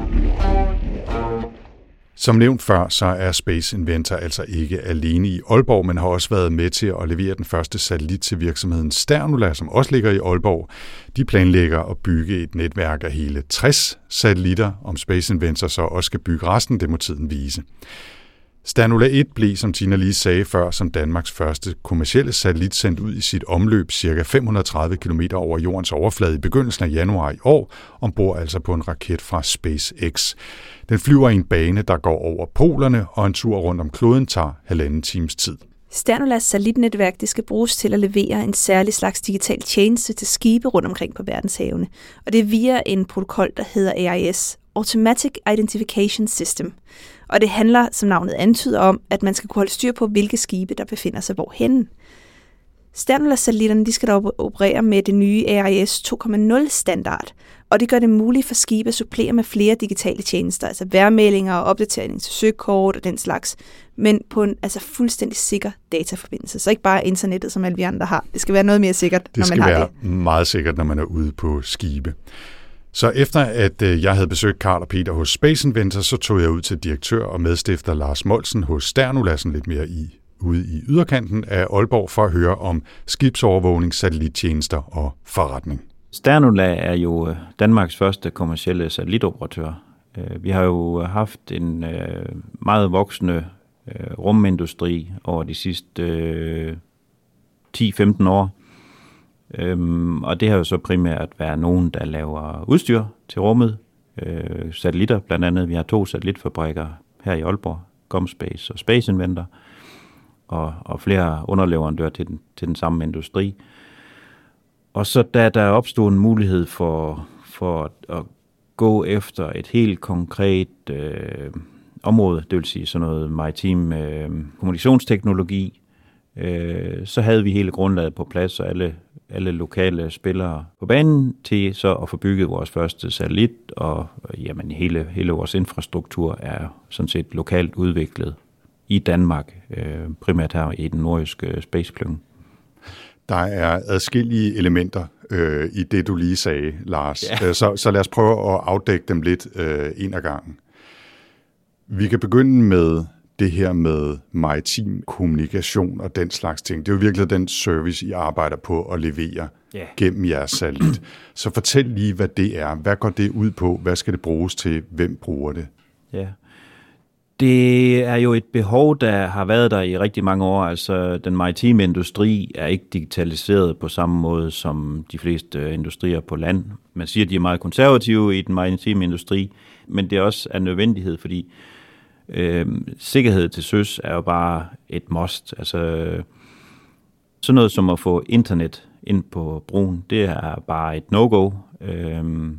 Som nævnt før, så er Space Inventor altså ikke alene i Aalborg, men har også været med til at levere den første satellit til virksomheden Sternula, som også ligger i Aalborg. De planlægger at bygge et netværk af hele tres satellitter, om Space Inventor så også skal bygge resten, det må tiden vise. Sternula et blev, som Tina lige sagde før, som Danmarks første kommercielle satellit sendt ud i sit omløb ca. fem hundrede og tredive kilometer over jordens overflade i begyndelsen af januar i år, ombord altså på en raket fra SpaceX. Den flyver i en bane, der går over polerne, og en tur rundt om kloden tager halvanden times tid. Sternulas satellitnetværk det skal bruges til at levere en særlig slags digital tjeneste til skibe rundt omkring på verdenshavene. Og det er via en protokol, der hedder A I S, Automatic Identification System. Og det handler, som navnet antyder, om, at man skal kunne holde styr på, hvilke skibe, der befinder sig hvorhenne. Sternula-satellitterne de skal da operere med det nye A I S to punkt nul-standard, og det gør det muligt for skibe at supplere med flere digitale tjenester, altså vejrmeldinger og opdatering til søkort og den slags, men på en altså fuldstændig sikker dataforbindelse. Så ikke bare internettet, som alle vi andre har. Det skal være noget mere sikkert, det når man har det. Det skal være meget sikkert, når man er ude på skibe. Så efter at jeg havde besøgt Karl og Peter hos Space Inventor, så tog jeg ud til direktør og medstifter Lars Molsen hos Sternula, lidt mere i ude i yderkanten af Aalborg, for at høre om skibsovervågning, satellittjenester og forretning. Sternula er jo Danmarks første kommercielle satellitoperatør. Vi har jo haft en meget voksende rumindustri over de sidste ti til femten år. Øhm, og det har jo så primært været nogen, der laver udstyr til rummet, øh, satellitter blandt andet. Vi har to satellitfabrikker her i Aalborg, GomSpace og Space Inventor, og, og flere underleverandører til den, til den samme industri. Og så da der opstod en mulighed for, for at, at gå efter et helt konkret øh, område, det vil sige sådan noget maritim øh, kommunikationsteknologi, øh, så havde vi hele grundlaget på plads, og alle alle lokale spillere på banen til så at få bygget vores første satellit, og jamen, hele, hele vores infrastruktur er sådan set lokalt udviklet i Danmark, øh, primært her i den nordjyske spaceklynge. Der er adskillige elementer øh, i det, du lige sagde, Lars. Ja. Så, så lad os prøve at afdække dem lidt øh, en ad gangen. Vi kan begynde med det her med maritim kommunikation og den slags ting. Det er jo virkelig den service, I arbejder på at levere yeah. gennem jeres satellit. Så fortæl lige, hvad det er. Hvad går det ud på? Hvad skal det bruges til? Hvem bruger det? Ja, det er jo et behov, der har været der i rigtig mange år. Altså, den maritime industri er ikke digitaliseret på samme måde som de fleste industrier på land. Man siger, at de er meget konservative i den maritime industri, men det er også en nødvendighed, fordi Øhm, sikkerhed til søs er jo bare et must. Altså, sådan noget som at få internet ind på broen, det er bare et no-go. Øhm,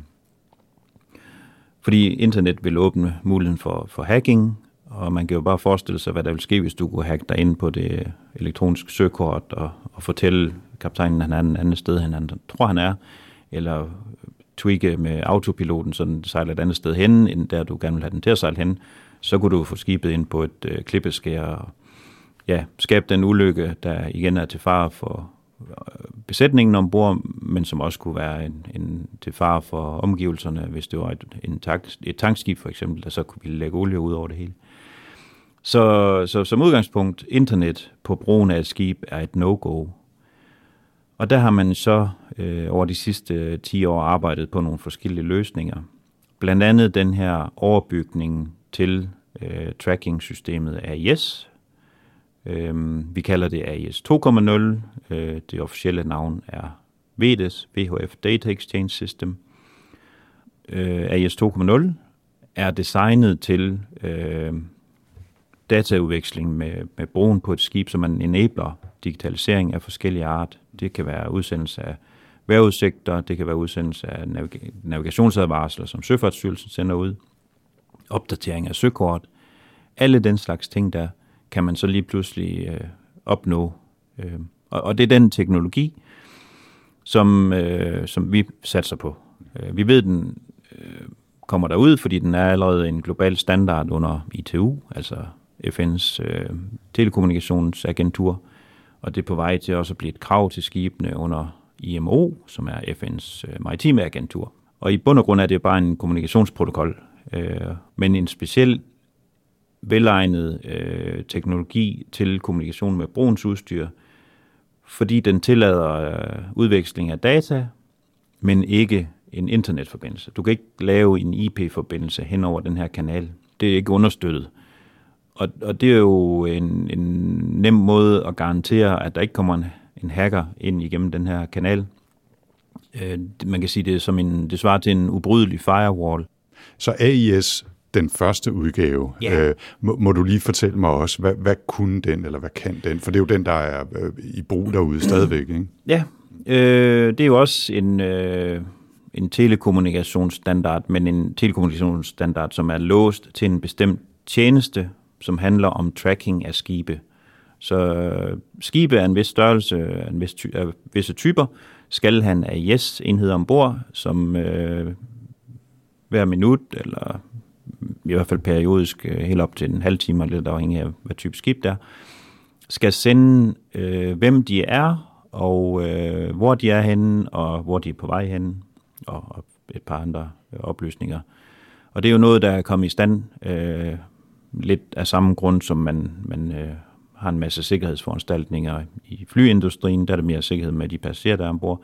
fordi internet vil åbne muligheden for, for hacking, og man kan jo bare forestille sig, hvad der vil ske, hvis du kunne hacke dig ind på det elektroniske søkort og, og fortælle kaptajnen, at han er et andet sted, end han tror, han er, eller tweake med autopiloten, så den sejler et andet sted hen, end der du gerne vil have den til at sejle hen. Så kunne du få skibet ind på et øh, klippeskær og ja, skabe den ulykke, der igen er til fare for øh, besætningen ombord, men som også kunne være en, en til fare for omgivelserne, hvis det var et, en tank, et tankskib for eksempel, der så kunne vi lægge olie ud over det hele. Så, så som udgangspunkt, internet på broen af et skib er et no-go. Og der har man så øh, over de sidste ti år arbejdet på nogle forskellige løsninger. Blandt andet den her overbygning til øh, tracking-systemet A I S. Øh, vi kalder det A I S to punkt nul. Øh, det officielle navn er V D E S, V H F Data Exchange System. Øh, A I S to punkt nul er designet til øh, dataudveksling med, med broen på et skib, så man enabler digitalisering af forskellige art. Det kan være udsendelse af vejrudsigter, det kan være udsendelse af navig- navigationsadvarsler, som Søfartsstyrelsen sender ud, opdatering af søkort. Alle den slags ting, der kan man så lige pludselig øh, opnå. Øh, og, og det er den teknologi, som, øh, som vi satser på. Øh, vi ved, den øh, kommer derud, fordi den er allerede en global standard under I T U, altså F N's øh, telekommunikationsagentur, og det er på vej til også at blive et krav til skibene under I M O, som er F N's øh, maritime agentur. Og i bund og grund er det bare en kommunikationsprotokol, øh, men en speciel velegnet øh, teknologi til kommunikation med broens udstyr, fordi den tillader øh, udveksling af data, men ikke en internetforbindelse. Du kan ikke lave en I P-forbindelse hen over den her kanal. Det er ikke understøttet. Og, og det er jo en, en nem måde at garantere, at der ikke kommer en, en hacker ind igennem den her kanal. Øh, man kan sige, det er som en, det svarer til en ubrydelig firewall. Så A I S, den første udgave, yeah. øh, må, må du lige fortælle mig også, hvad, hvad kunne den, eller hvad kan den? For det er jo den, der er øh, i brug derude stadigvæk, ikke? Ja, øh, det er jo også en, øh, en telekommunikationsstandard, men en telekommunikationsstandard, som er låst til en bestemt tjeneste, som handler om tracking af skibe. Så øh, skibe af en vis størrelse, af en vis ty- af visse typer, skal have en A I S-enhed ombord, som øh, hver minut, eller i hvert fald periodisk, øh, helt op til en halv time, lidt afhængig af, hvad type skib der, skal sende, øh, hvem de er, og øh, hvor de er henne, og hvor de er på vej henne, og, og et par andre øh, oplysninger. Og det er jo noget, der er kommet i stand øh, lidt af samme grund, som man, man øh, har en masse sikkerhedsforanstaltninger i flyindustrien. Der er det mere sikkerhed med de passagerer, der er ombord.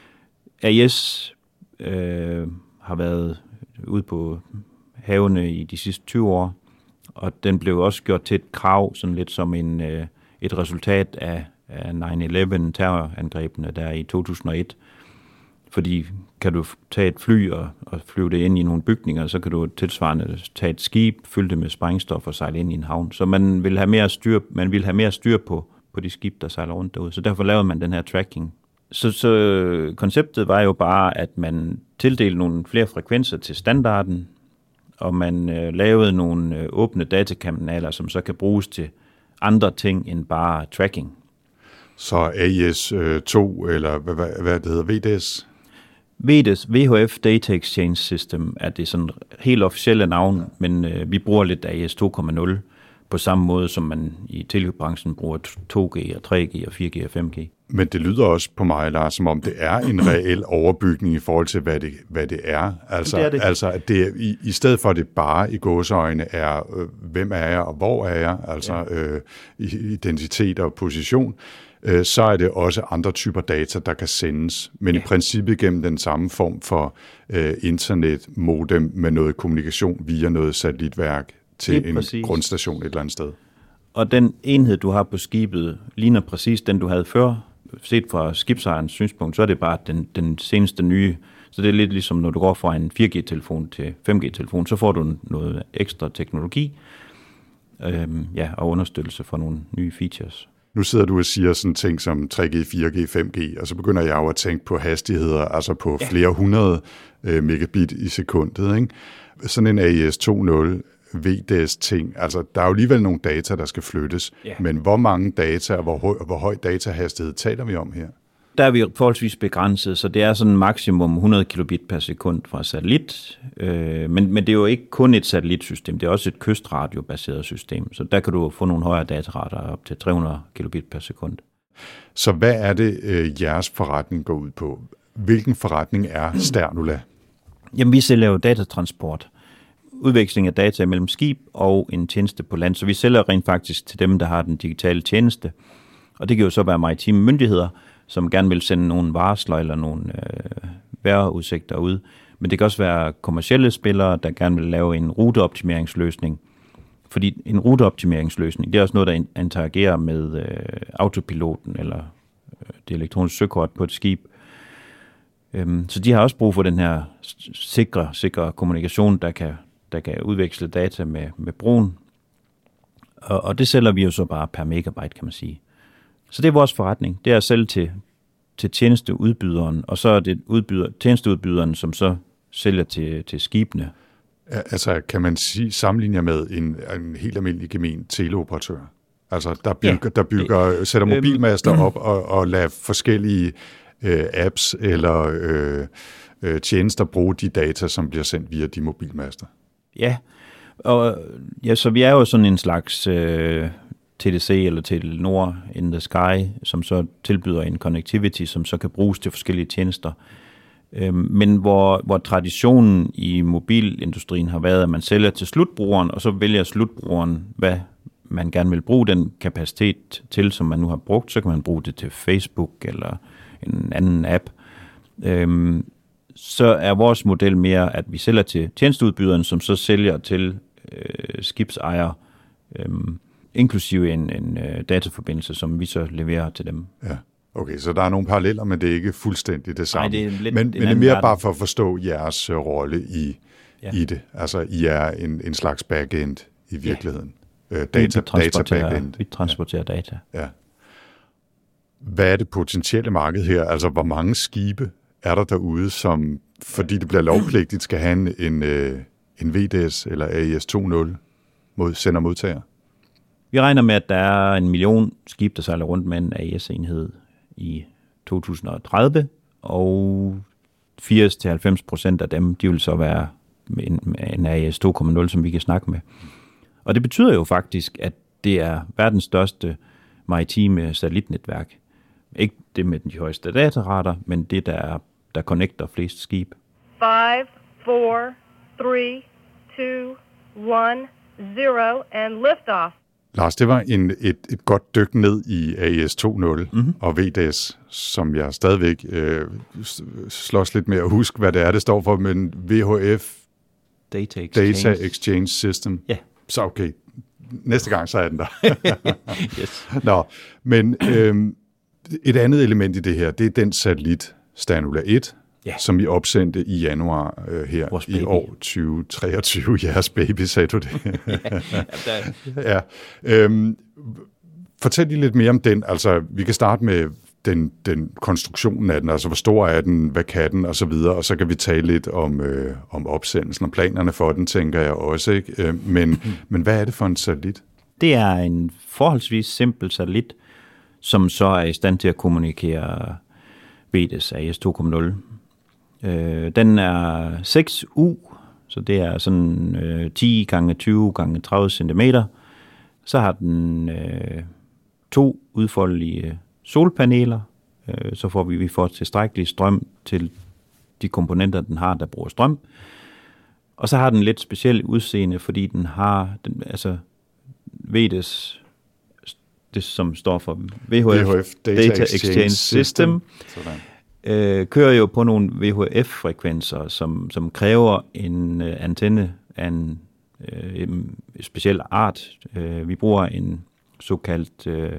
A I S øh, har været ude på havene i de sidste tyve år, og den blev også gjort til et krav, sådan lidt som en, øh, et resultat af, af nine eleven terrorangrebene der i to tusind og et. Fordi kan du tage et fly og, og flyve det ind i nogle bygninger, så kan du tilsvarende tage et skib, fylde det med sprængstof og sejle ind i en havn. Så man vil have mere styr, man vil have mere styr på, på de skib, der sejler rundt derude. Så derfor lavede man den her tracking. Så, så konceptet var jo bare, at man tildelte nogle flere frekvenser til standarden, og man øh, lavede nogle øh, åbne datakanaler, som så kan bruges til andre ting end bare tracking. Så A I S to, eller hvad, hvad, hvad det hedder, V D E S? V D E S, V H F Data Exchange System, er det sådan helt officielle navn, men øh, vi bruger lidt A I S to punkt nul på samme måde, som man i telebranchen bruger to G og tre G og fire G og fem G. Men det lyder også på mig, Lars, som om det er en reel overbygning i forhold til, hvad det, hvad det er. Altså, det er det. altså at det, i, i stedet for at det bare i gåseøjne er, øh, hvem er jeg og hvor er jeg, altså ja. øh, identitet og position, øh, så er det også andre typer data, der kan sendes, men ja. i princippet gennem den samme form for øh, internetmodem med noget kommunikation via noget satellitværk til en præcis. grundstation et eller andet sted. Og den enhed, du har på skibet, ligner præcis den, du havde før. Set fra skibsejerens synspunkt, så er det bare den, den seneste nye. Så det er lidt ligesom, når du går fra en fire G-telefon til fem G-telefon, så får du noget ekstra teknologi øhm, ja, og understøttelse for nogle nye features. Nu sidder du og siger sådan ting som tre G, fire G, fem G, og så begynder jeg jo at tænke på hastigheder, altså på ja. flere hundrede øh, megabit i sekundet, ikke? Sådan en A I S to punkt nul V D E S-ting. Altså, der er jo alligevel nogle data, der skal flyttes, yeah. men hvor mange data og hvor høj, hvor høj datahastighed taler vi om her? Der er vi forholdsvis begrænset, så det er sådan maksimum hundrede kilobit per sekund fra satellit, øh, men, men det er jo ikke kun et satellitsystem, det er også et kystradiobaseret system, så der kan du få nogle højere datarater op til tre hundrede kilobit per sekund. Så hvad er det, øh, jeres forretning går ud på? Hvilken forretning er Sternula? Jamen, vi sælger jo datatransport. Udveksling af data mellem skib og en tjeneste på land. Så vi sælger rent faktisk til dem, der har den digitale tjeneste. Og det kan jo så være maritime myndigheder, som gerne vil sende nogle varsler eller nogle øh, vejrudsigter ud. Men det kan også være kommercielle spillere, der gerne vil lave en ruteoptimeringsløsning. Fordi en ruteoptimeringsløsning, det er også noget, der interagerer med øh, autopiloten eller øh, det elektroniske søkort på et skib. Øhm, så de har også brug for den her sikre, sikre kommunikation, der kan, der kan udveksle data med, med broen. Og, og det sælger vi jo så bare per megabyte, kan man sige. Så det er vores forretning. Det er at sælge til, til tjenesteudbyderen, og så er det udbyder, tjenesteudbyderen, som så sælger til, til skibene. Altså, kan man sige, sammenligne med en, en helt almindelig gemen teleoperatør? Altså, der bygger, ja. der bygger sætter mobilmaster op og, og lader forskellige øh, apps eller øh, øh, tjenester bruge de data, som bliver sendt via de mobilmaster. Ja, og ja, så vi er jo sådan en slags øh, T D C eller Telenor in the sky, som så tilbyder en connectivity, som så kan bruges til forskellige tjenester. Men hvor, hvor traditionen i mobilindustrien har været, at man sælger til slutbrugeren, og så vælger slutbrugeren, hvad man gerne vil bruge den kapacitet til, som man nu har brugt, så kan man bruge det til Facebook eller en anden app. Øhm, så er vores model mere, at vi sælger til tjenesteudbyderen, som så sælger til øh, skibsejer, øh, inklusive en, en øh, dataforbindelse, som vi så leverer til dem. Ja. Okay, så der er nogle paralleller, men det er ikke fuldstændig det samme. Nej, det er lidt men, men det er mere verden. Bare for at forstå jeres rolle i, ja. i det. Altså, I er en, en slags backend i virkeligheden. Ja. Uh, data, vi transporterer, data backend. Vi transporterer ja. data. Ja. Hvad er det potentielle marked her? Altså, hvor mange skibe er der derude, som, fordi det bliver lovpligtigt, skal have en, en, en V D S eller A I S to punkt nul mod sender modtager? Vi regner med, at der er en million skib, der sejler rundt med en A I S-enhed i to tusind og tredive, og firs til halvfems procent af dem, de vil så være en, en A I S to punkt nul, som vi kan snakke med. Og det betyder jo faktisk, at det er verdens største maritime satellitnetværk. Ikke det med de højeste datarater, men det, der, er, der connecter flest skib. five, four, three, two, one, zero, and liftoff. Lars, det var en, et, et godt dyk ned i A I S to punkt nul mm-hmm. og V D S, som jeg stadigvæk øh, slås lidt med at huske, hvad det er, det står for, men V H F, Data Exchange, Data Exchange System. Ja. Så okay, næste gang så er den der. Yes. Nå, men øh, et andet element i det her, det er den satellit Sternula et, ja. som vi opsendte i januar øh, her i år tyve treogtyve. Jeres baby, sagde du det? ja. ja. Øhm, fortæl lige lidt mere om den. Altså, vi kan starte med den, den konstruktionen af den, altså hvor stor er den, hvad kan den, og så videre, og så kan vi tale lidt om, øh, om opsendelsen og planerne for den, tænker jeg også, ikke? Øh, men, mm. men hvad er det for en satellit? Det er en forholdsvis simpel satellit, som så er i stand til at kommunikere V D S A I S to punkt nul. Øh, den er seks U, så det er sådan øh, ti gange tyve gange tredive centimeter. Så har den øh, to udfoldelige solpaneler, øh, så får vi, vi får tilstrækkelig strøm til de komponenter, den har, der bruger strøm. Og så har den lidt speciel udseende, fordi den har, den, altså V D S, det som står for V H F, V H F Data, Data Exchange, Exchange System, System. Øh, kører jo på nogle V H F-frekvenser, som, som kræver en øh, antenne af en øh, speciel art. Øh, vi bruger en såkaldt øh,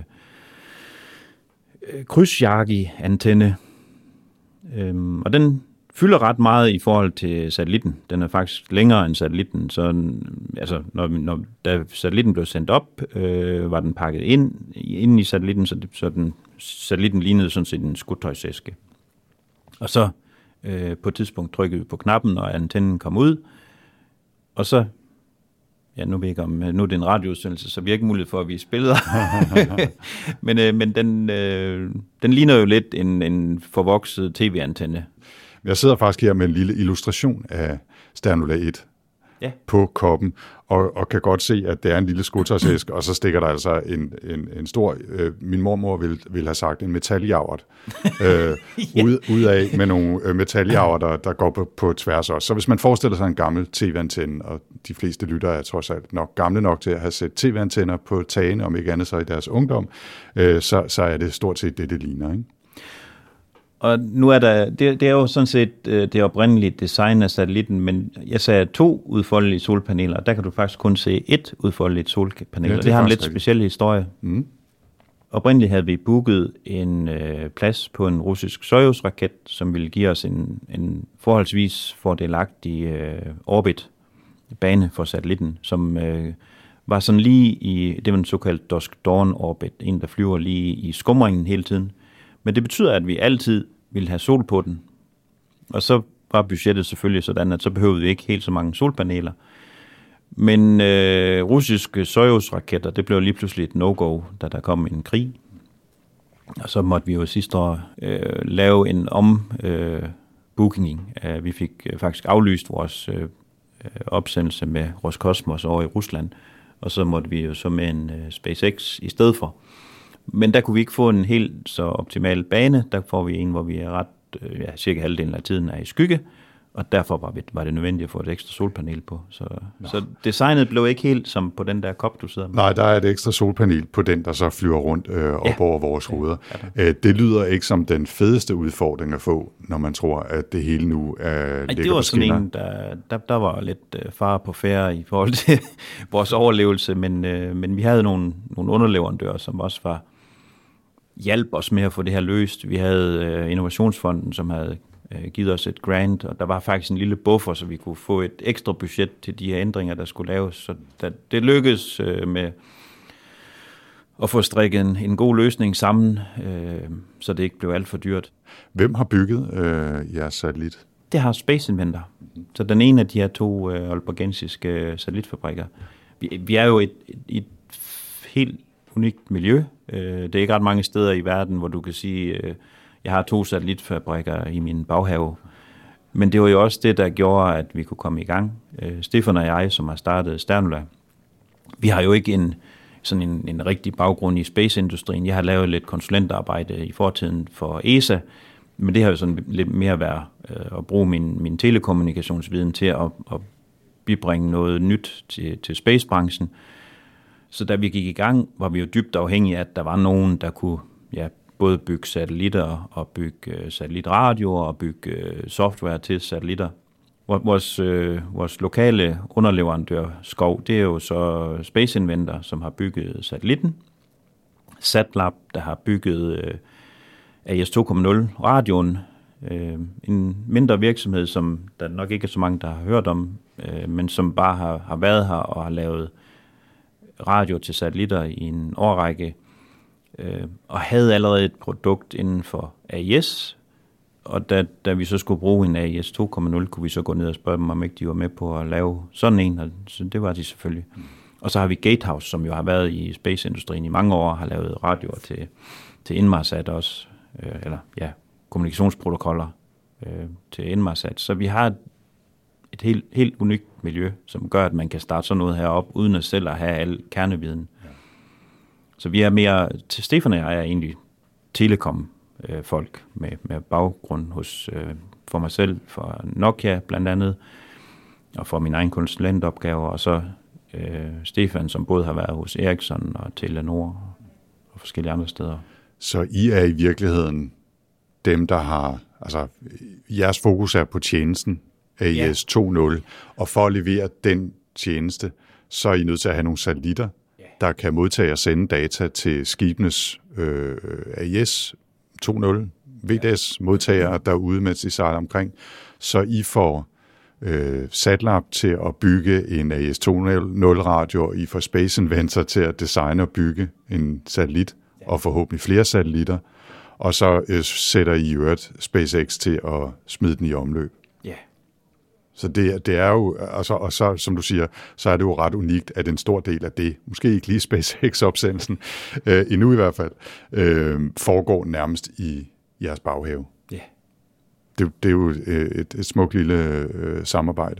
krydsjagi-antenne, øh, og den fylder ret meget i forhold til satellitten. Den er faktisk længere end satellitten, så altså, når, når da satellitten blev sendt op, øh, var den pakket ind, ind i satellitten, så, det, så den, satellitten lignede sådan set en skudtøjsæske. Og så øh, på et tidspunkt trykkede vi på knappen, og antennen kom ud, og så, ja, nu ved jeg ikke om, nu er det en radioudsendelse, så vi har ikke mulighed for at vise billeder. men øh, men den, øh, den ligner jo lidt en, en forvokset tv-antenne. Jeg sidder faktisk her med en lille illustration af Sternula et, ja. på koppen, og, og kan godt se, at det er en lille skotøjsæske, og så stikker der altså en, en, en stor, øh, min mormor ville, ville have sagt, en metaljavret, øh, ja. ud, ud af med nogle øh, metaljavrer, der, der går på, på tværs også. Så hvis man forestiller sig en gammel tv-antenne, og de fleste lyttere er trods alt nok gamle nok til at have set tv-antenner på tagene, om ikke andet så i deres ungdom, øh, så, så er det stort set det, det ligner, ikke? Og nu er der, det, det er jo sådan set det oprindelige design af satellitten, men jeg sagde to udfoldelige solpaneler, og der kan du faktisk kun se et udfoldeligt solpanel, ja, det, det har en lidt rigtig. speciel historie. Mm. Oprindeligt havde vi booket en øh, plads på en russisk Soyuz-raket, som ville give os en, en forholdsvis fordelagtig øh, orbit, bane for satellitten, som øh, var sådan lige i, det var en såkaldt dusk dawn orbit, en der flyver lige i skumringen hele tiden. Men det betyder, at vi altid ville have sol på den. Og så var budgettet selvfølgelig sådan, at så behøvede vi ikke helt så mange solpaneler. Men øh, russiske Soyuz-raketter, det blev lige pludselig et no-go, da der kom en krig. Og så måtte vi jo sidste år øh, lave en ombooking. Øh, vi fik øh, faktisk aflyst vores øh, opsendelse med Roskosmos over i Rusland. Og så måtte vi jo så med en øh, SpaceX i stedet for. Men der kunne vi ikke få en helt så optimal bane. Der får vi en, hvor vi er ret, ja, cirka halvdelen af tiden er i skygge, og derfor var, vi, var det nødvendigt at få et ekstra solpanel på. Så, så designet blev ikke helt som på den der kop, du sidder med. Nej, der er et ekstra solpanel på den, der så flyver rundt øh, op ja. over vores hoveder. Ja, det. det lyder ikke som den fedeste udfordring at få, når man tror, at det hele nu er ligger på skinner. Det var sådan en, der, der, der var lidt øh, fare på færre i forhold til vores overlevelse, men, øh, men vi havde nogle, nogle underleverandører, som også var hjalp os med at få det her løst. Vi havde øh, Innovationsfonden, som havde øh, givet os et grant, og der var faktisk en lille buffer, så vi kunne få et ekstra budget til de her ændringer, der skulle laves. Så da, det lykkedes øh, med at få strikket en, en god løsning sammen, øh, så det ikke blev alt for dyrt. Hvem har bygget øh, jeres satellit? Det har Space Inventor. Så den ene af de her to øh, aalborgensiske satellitfabrikker. Vi, vi er jo et, et, et helt unikt miljø. Det er ikke ret mange steder i verden, hvor du kan sige, at jeg har to satellitfabrikker i min baghave. Men det var jo også det, der gjorde, at vi kunne komme i gang. Stefan og jeg, som har startet Sternula, vi har jo ikke en, sådan en, en rigtig baggrund i spaceindustrien. Jeg har lavet lidt konsulentarbejde i fortiden for E S A, men det har jo sådan lidt mere været at bruge min, min telekommunikationsviden til at, at bibringe noget nyt til, til spacebranchen. Så da vi gik i gang, var vi jo dybt afhængige af, at der var nogen, der kunne ja, både bygge satellitter og bygge uh, satellitradioer og bygge uh, software til satellitter. Vores, uh, vores lokale underleverandør Skov, det er jo så Space Inventor, som har bygget satellitten. SatLab, der har bygget uh, A S to punkt nul radioen. Uh, en mindre virksomhed, som der nok ikke er så mange, der har hørt om, uh, men som bare har, har været her og har lavet radio til satellitter i en årrække, øh, og havde allerede et produkt inden for A I S, og da, da vi så skulle bruge en A S to punkt nul, kunne vi så gå ned og spørge dem, om ikke de var med på at lave sådan en, og så det var de selvfølgelig. Mm. Og så har vi Gatehouse, som jo har været i spaceindustrien i mange år, har lavet radioer til, til Inmarsat også, øh, eller ja, kommunikationsprotokoller øh, til Inmarsat. Så vi har et helt, helt unikt miljø, som gør, at man kan starte sådan noget her op, uden at selv at have al kerneviden. Ja. Så vi er mere, til Stefan og jeg er egentlig telekom-folk øh, med, med baggrund hos, øh, for mig selv, for Nokia blandt andet, og for min egen konsulentopgaver, og så øh, Stefan, som både har været hos Ericsson og Telenor og forskellige andre steder. Så I er i virkeligheden dem, der har, altså jeres fokus er på tjenesten, A S to punkt nul, og for at levere den tjeneste, så er I nødt til at have nogle satellitter, der kan modtage og sende data til skibenes øh, A S to punkt nul, V D S-modtagere derude, mens de sejler omkring. Så I får øh, SatLab til at bygge en A S to punkt nul-radio, og I får Space Inventor til at designe og bygge en satellit, og forhåbentlig flere satellitter, og så øh, sætter I i øvrigt SpaceX til at smide den i omløb. Ja. Så det, det er jo, altså, og så, som du siger, så er det jo ret unikt, at en stor del af det, måske ikke lige SpaceX-opsendelsen, øh, endnu i hvert fald, øh, foregår nærmest i jeres baghave. Ja. Det, det er jo et, et smukt lille øh, samarbejde.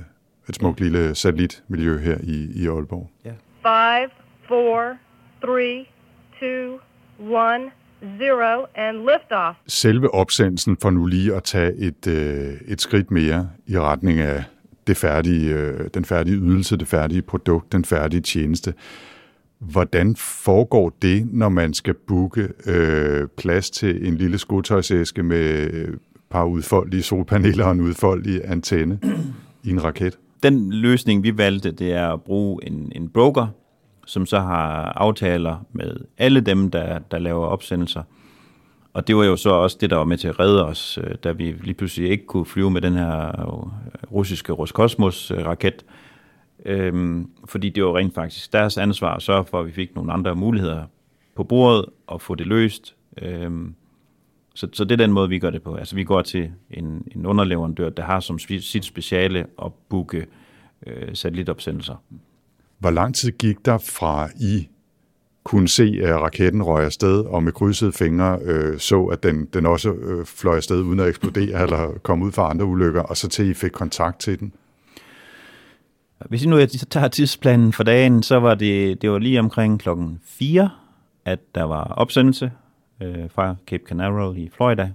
et smukt lille satellitmiljø her i, i Aalborg. Ja. Five, four, three, two, one, zero, and liftoff. Selve opsendelsen for nu lige at tage et, øh, et skridt mere i retning af det færdige, øh, den færdige ydelse, det færdige produkt, den færdige tjeneste. Hvordan foregår det, når man skal booke øh, plads til en lille skotøjsæske med et par udfoldige solpaneler og en udfoldig antenne i en raket? Den løsning, vi valgte, det er at bruge en, en broker, som så har aftaler med alle dem, der, der laver opsendelser. Og det var jo så også det, der var med til at redde os, da vi lige pludselig ikke kunne flyve med den her russiske Roskosmos-raket. Øhm, fordi det var rent faktisk deres ansvar at sørge for, at vi fik nogle andre muligheder på bordet og få det løst. Øhm, så, så det er den måde, vi gør det på. Altså vi går til en, en underleverandør, der har som sit speciale at booke øh, satellitopsendelser. Hvor lang tid gik der fra I kunne se, at raketten røg afsted, og med krydsede fingre øh, så, at den, den også øh, fløj afsted uden at eksplodere eller komme ud fra andre ulykker, og så til I fik kontakt til den? Hvis I nu tager tidsplanen for dagen, så var det, det var lige omkring klokken fire, at der var opsendelse øh, fra Cape Canaveral i Florida.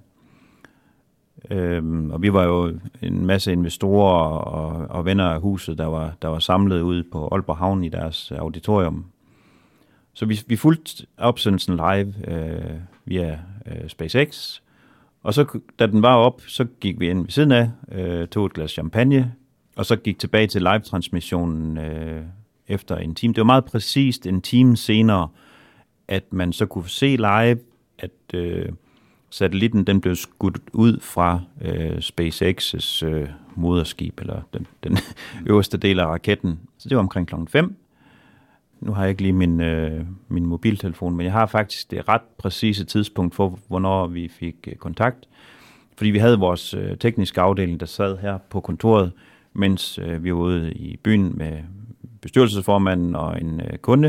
Øhm, og vi var jo en masse investorer og, og venner af huset, der var, der var samlet ude på Aalborg Havn i deres auditorium. Så vi, vi fulgte opsendelsen live øh, via øh, SpaceX, og så da den var op, så gik vi ind ved siden af, øh, tog et glas champagne, og så gik tilbage til live-transmissionen øh, efter en time. Det var meget præcist en time senere, at man så kunne se live, at øh, satellitten den blev skudt ud fra øh, SpaceX's øh, moderskib, eller den, den øverste del af raketten. Så det var omkring klokken fem. Nu har jeg ikke lige min, øh, min mobiltelefon, men jeg har faktisk det ret præcise tidspunkt for, hvornår vi fik øh, kontakt. Fordi vi havde vores øh, tekniske afdeling, der sad her på kontoret, mens øh, vi var ude i byen med bestyrelsesformanden og en øh, kunde.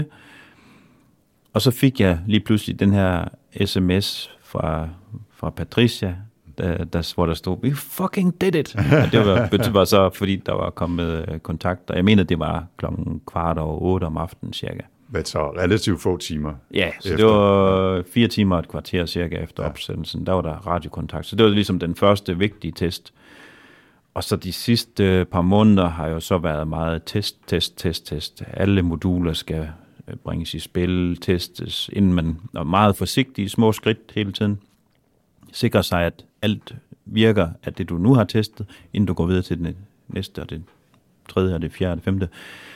Og så fik jeg lige pludselig den her sms fra, fra Patricia, der, der, hvor der stod, we fucking did it. Og det var, det var så, fordi der var kommet øh, kontakt, og jeg mener, det var klokken kvart over otte om aftenen cirka. Men så relativt få timer. Ja, så efter. det var fire timer og et kvarter cirka efter ja. opsendelsen. Der var der radiokontakt. Så det var ligesom den første vigtige test. Og så de sidste par måneder har jo så været meget test, test, test, test. Alle moduler skal bringes i spil, testes, inden man er meget forsigtig i små skridt hele tiden. Sikre sig, at alt virker, at det du nu har testet, inden du går videre til det næste, og det tredje, og det fjerde, og det femte.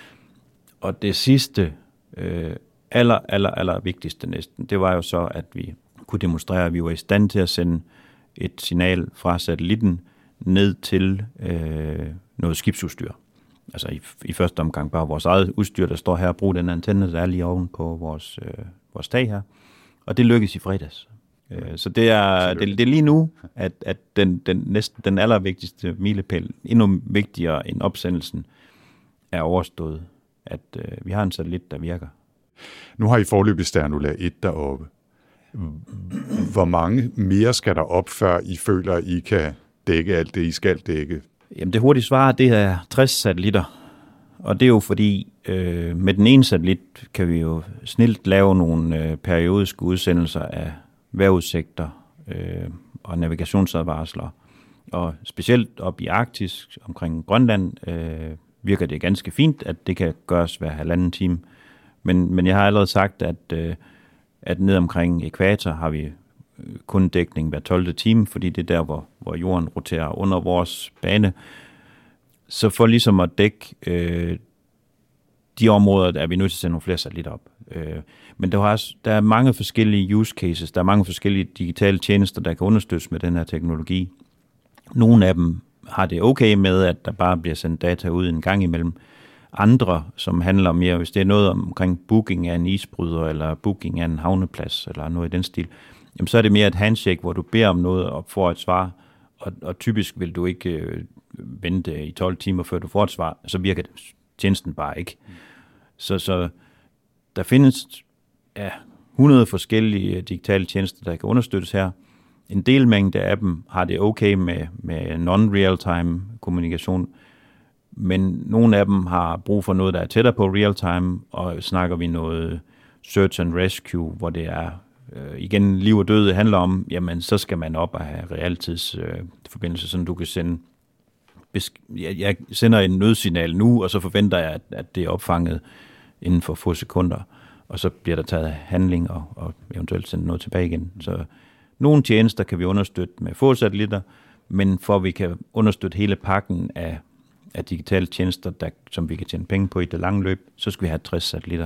Og det sidste, øh, aller, aller, aller vigtigste næsten, det var jo så, at vi kunne demonstrere, at vi var i stand til at sende et signal fra satellitten ned til øh, noget skibsudstyr. Altså i, i første omgang bare vores eget udstyr, der står her og bruger den antenne, der er lige oven på vores, øh, vores tag her. Og det lykkedes i fredags. Øh, så det er, det, det er lige nu, at, at den, den, næsten, den allervigtigste milepæl, endnu vigtigere end opsendelsen, er overstået. At øh, vi har en satellit, der virker. Nu har I foreløbig Sternula et deroppe. Hvor mange mere skal der op, før I føler, at I kan dække alt det, I skal dække? Jamen det hurtige svar, det er tres satellitter. Og det er jo fordi, øh, med den ene satellit kan vi jo snilt lave nogle øh, periodiske udsendelser af vejrudsigter øh, og navigationsadvarsler. Og specielt op i Arktis, omkring Grønland, øh, virker det ganske fint, at det kan gøres hver halvanden time. Men, men jeg har allerede sagt, at, øh, at ned omkring ækvator har vi kun dækning hver tolvte time, fordi det er der, hvor, hvor jorden roterer under vores bane. Så for ligesom at dække øh, de områder, der er vi nødt til at sende nogle flere satellitter op. Øh, men der er, også, der er mange forskellige use cases, der er mange forskellige digitale tjenester, der kan understøttes med den her teknologi. Nogle af dem har det okay med, at der bare bliver sendt data ud en gang imellem. Andre, som handler mere, hvis det er noget omkring booking af en isbryder, eller booking af en havneplads, eller noget i den stil, jamen så er det mere et handshake, hvor du beder om noget og får et svar, og, og typisk vil du ikke øh, vente i tolv timer, før du får et svar, så virker det, tjenesten bare ikke. Mm. Så, så der findes ja, hundrede forskellige digitale tjenester, der kan understøttes her. En delmængde af dem har det okay med, med non-real-time kommunikation, men nogle af dem har brug for noget, der er tættere på real time, og snakker vi noget search and rescue, hvor det er øh, igen liv og død handler om, jamen så skal man op og have realtidsforbindelse, øh, sådan du kan sende, besk- jeg, jeg sender en nødsignal nu, og så forventer jeg, at, at det er opfanget inden for få sekunder, og så bliver der taget handling og, og eventuelt sendt noget tilbage igen. Så nogle tjenester kan vi understøtte med få satellitter, men for at vi kan understøtte hele pakken af, af digitale tjenester, der, som vi kan tjene penge på i det lange løb, så skal vi have tres satellitter.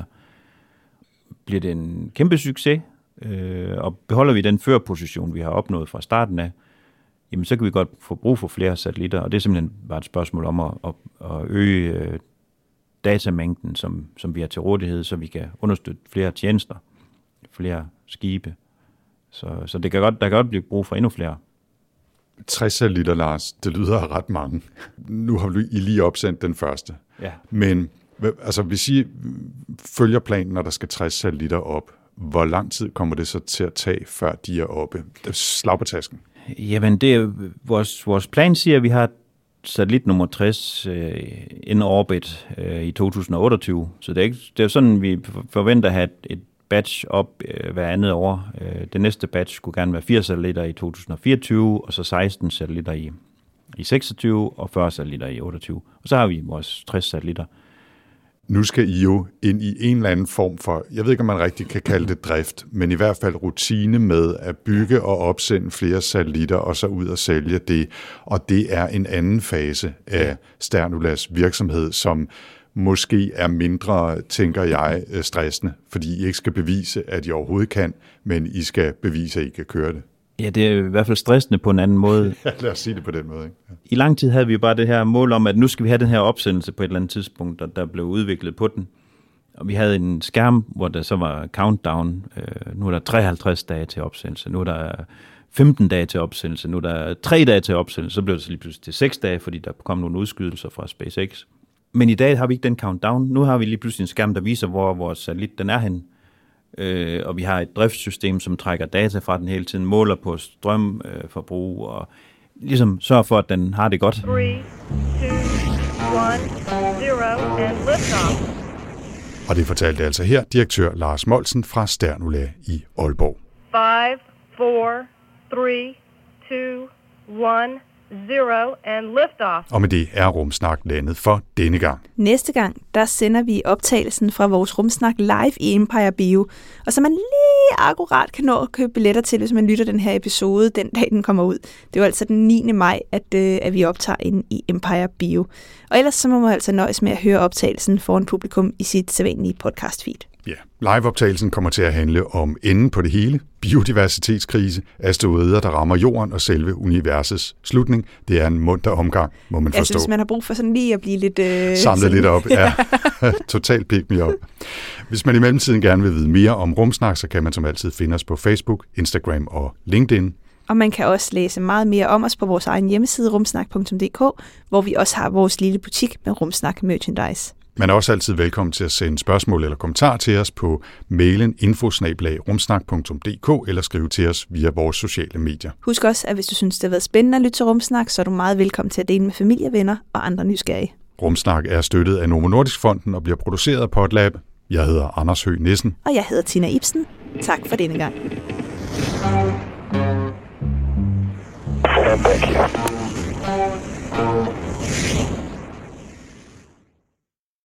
Bliver det en kæmpe succes, øh, og beholder vi den førerposition, vi har opnået fra starten af, jamen så kan vi godt få brug for flere satellitter, og det er simpelthen bare et spørgsmål om at, at, at øge øh, datamængden, som, som vi har til rådighed, så vi kan understøtte flere tjenester, flere skibe. Så, så det kan godt, der kan godt blive brug for endnu flere. tres satellitter, Lars, det lyder af ret mange. Nu har I lige opsendt den første. Ja. Men altså, hvis I følger planen, når der skal tres satellitter op, hvor lang tid kommer det så til at tage, før de er oppe? Slag på tasken. Jamen, det er, vores, vores plan siger, at vi har satellit nummer tres øh, in orbit øh, i to tusind og otteogtyve. Så det er, ikke, det er sådan, vi forventer at have et, et batch op øh, hver andet år. Øh, det næste batch skulle gerne være firs satellitter i to tusind og fireogtyve, og så seksten satellitter i, i seksogtyve, og fyrre satellitter i otteogtyve. Og så har vi vores tres satellitter. Nu skal I jo ind i en eller anden form for, jeg ved ikke, om man rigtig kan kalde det drift, men i hvert fald rutine med at bygge og opsende flere satellitter, og så ud og sælge det. Og det er en anden fase af Sternulas virksomhed, som måske er mindre, tænker jeg, stressende, fordi I ikke skal bevise, at I overhovedet kan, men I skal bevise, at I kan køre det. Ja, det er i hvert fald stressende på en anden måde. Ja, lad os sige det på den måde. Ikke? Ja. I lang tid havde vi jo bare det her mål om, at nu skal vi have den her opsendelse på et eller andet tidspunkt, og der blev udviklet på den. Og vi havde en skærm, hvor der så var countdown. Øh, nu er der treoghalvtreds dage til opsendelse, nu er der femten dage til opsendelse, nu er der tre dage til opsendelse, så blev det så lige pludselig til seks dage, fordi der kom nogle udskydelser fra SpaceX. Men i dag har vi ikke den countdown. Nu har vi lige pludselig en skærm, der viser, hvor vores satellit den er henne. Øh, og vi har et driftssystem, som trækker data fra den hele tiden, måler på strømforbrug øh, og ligesom sørger for, at den har det godt. Three, two, one, zero, and liftoff. Og det fortalte altså her direktør Lars Moltzen fra Sternula i Aalborg. Five, four, three, two, one, zero, and liftoff. Og med det er Rumsnak landet for denne gang. Næste gang, der sender vi optagelsen fra vores Rumsnak live i Empire Bio, og så man lige akkurat kan nå at købe billetter til, hvis man lytter den her episode, den dag den kommer ud. Det var altså den niende maj, at, øh, at vi optager inde i Empire Bio. Og ellers så må man altså nøjes med at høre optagelsen foran publikum i sit sædvanlige podcast feed. Ja, live-optagelsen kommer til at handle om enden på det hele, biodiversitetskrise, asteroider, der rammer jorden og selve universets slutning. Det er en munter omgang, må man forstå. Jeg synes, man har brug for sådan lige at blive lidt... Øh, Samlet sådan. lidt op, ja. Totalt pick me up. Hvis man i mellemtiden gerne vil vide mere om Rumsnak, så kan man som altid finde os på Facebook, Instagram og LinkedIn. Og man kan også læse meget mere om os på vores egen hjemmeside, rumsnak punktum d k, hvor vi også har vores lille butik med Rumsnak merchandise. Man er også altid velkommen til at sende spørgsmål eller kommentarer til os på mailen info snabel-a rumsnak punktum d k eller skrive til os via vores sociale medier. Husk også, at hvis du synes, det har været spændende at lytte til Rumsnak, så er du meget velkommen til at dele med familie, venner og andre nysgerrige. Rumsnak er støttet af Novo Nordisk Fonden og bliver produceret af Podlab. Jeg hedder Anders Høgh Nissen. Og jeg hedder Tina Ibsen. Tak for denne gang. Thank you.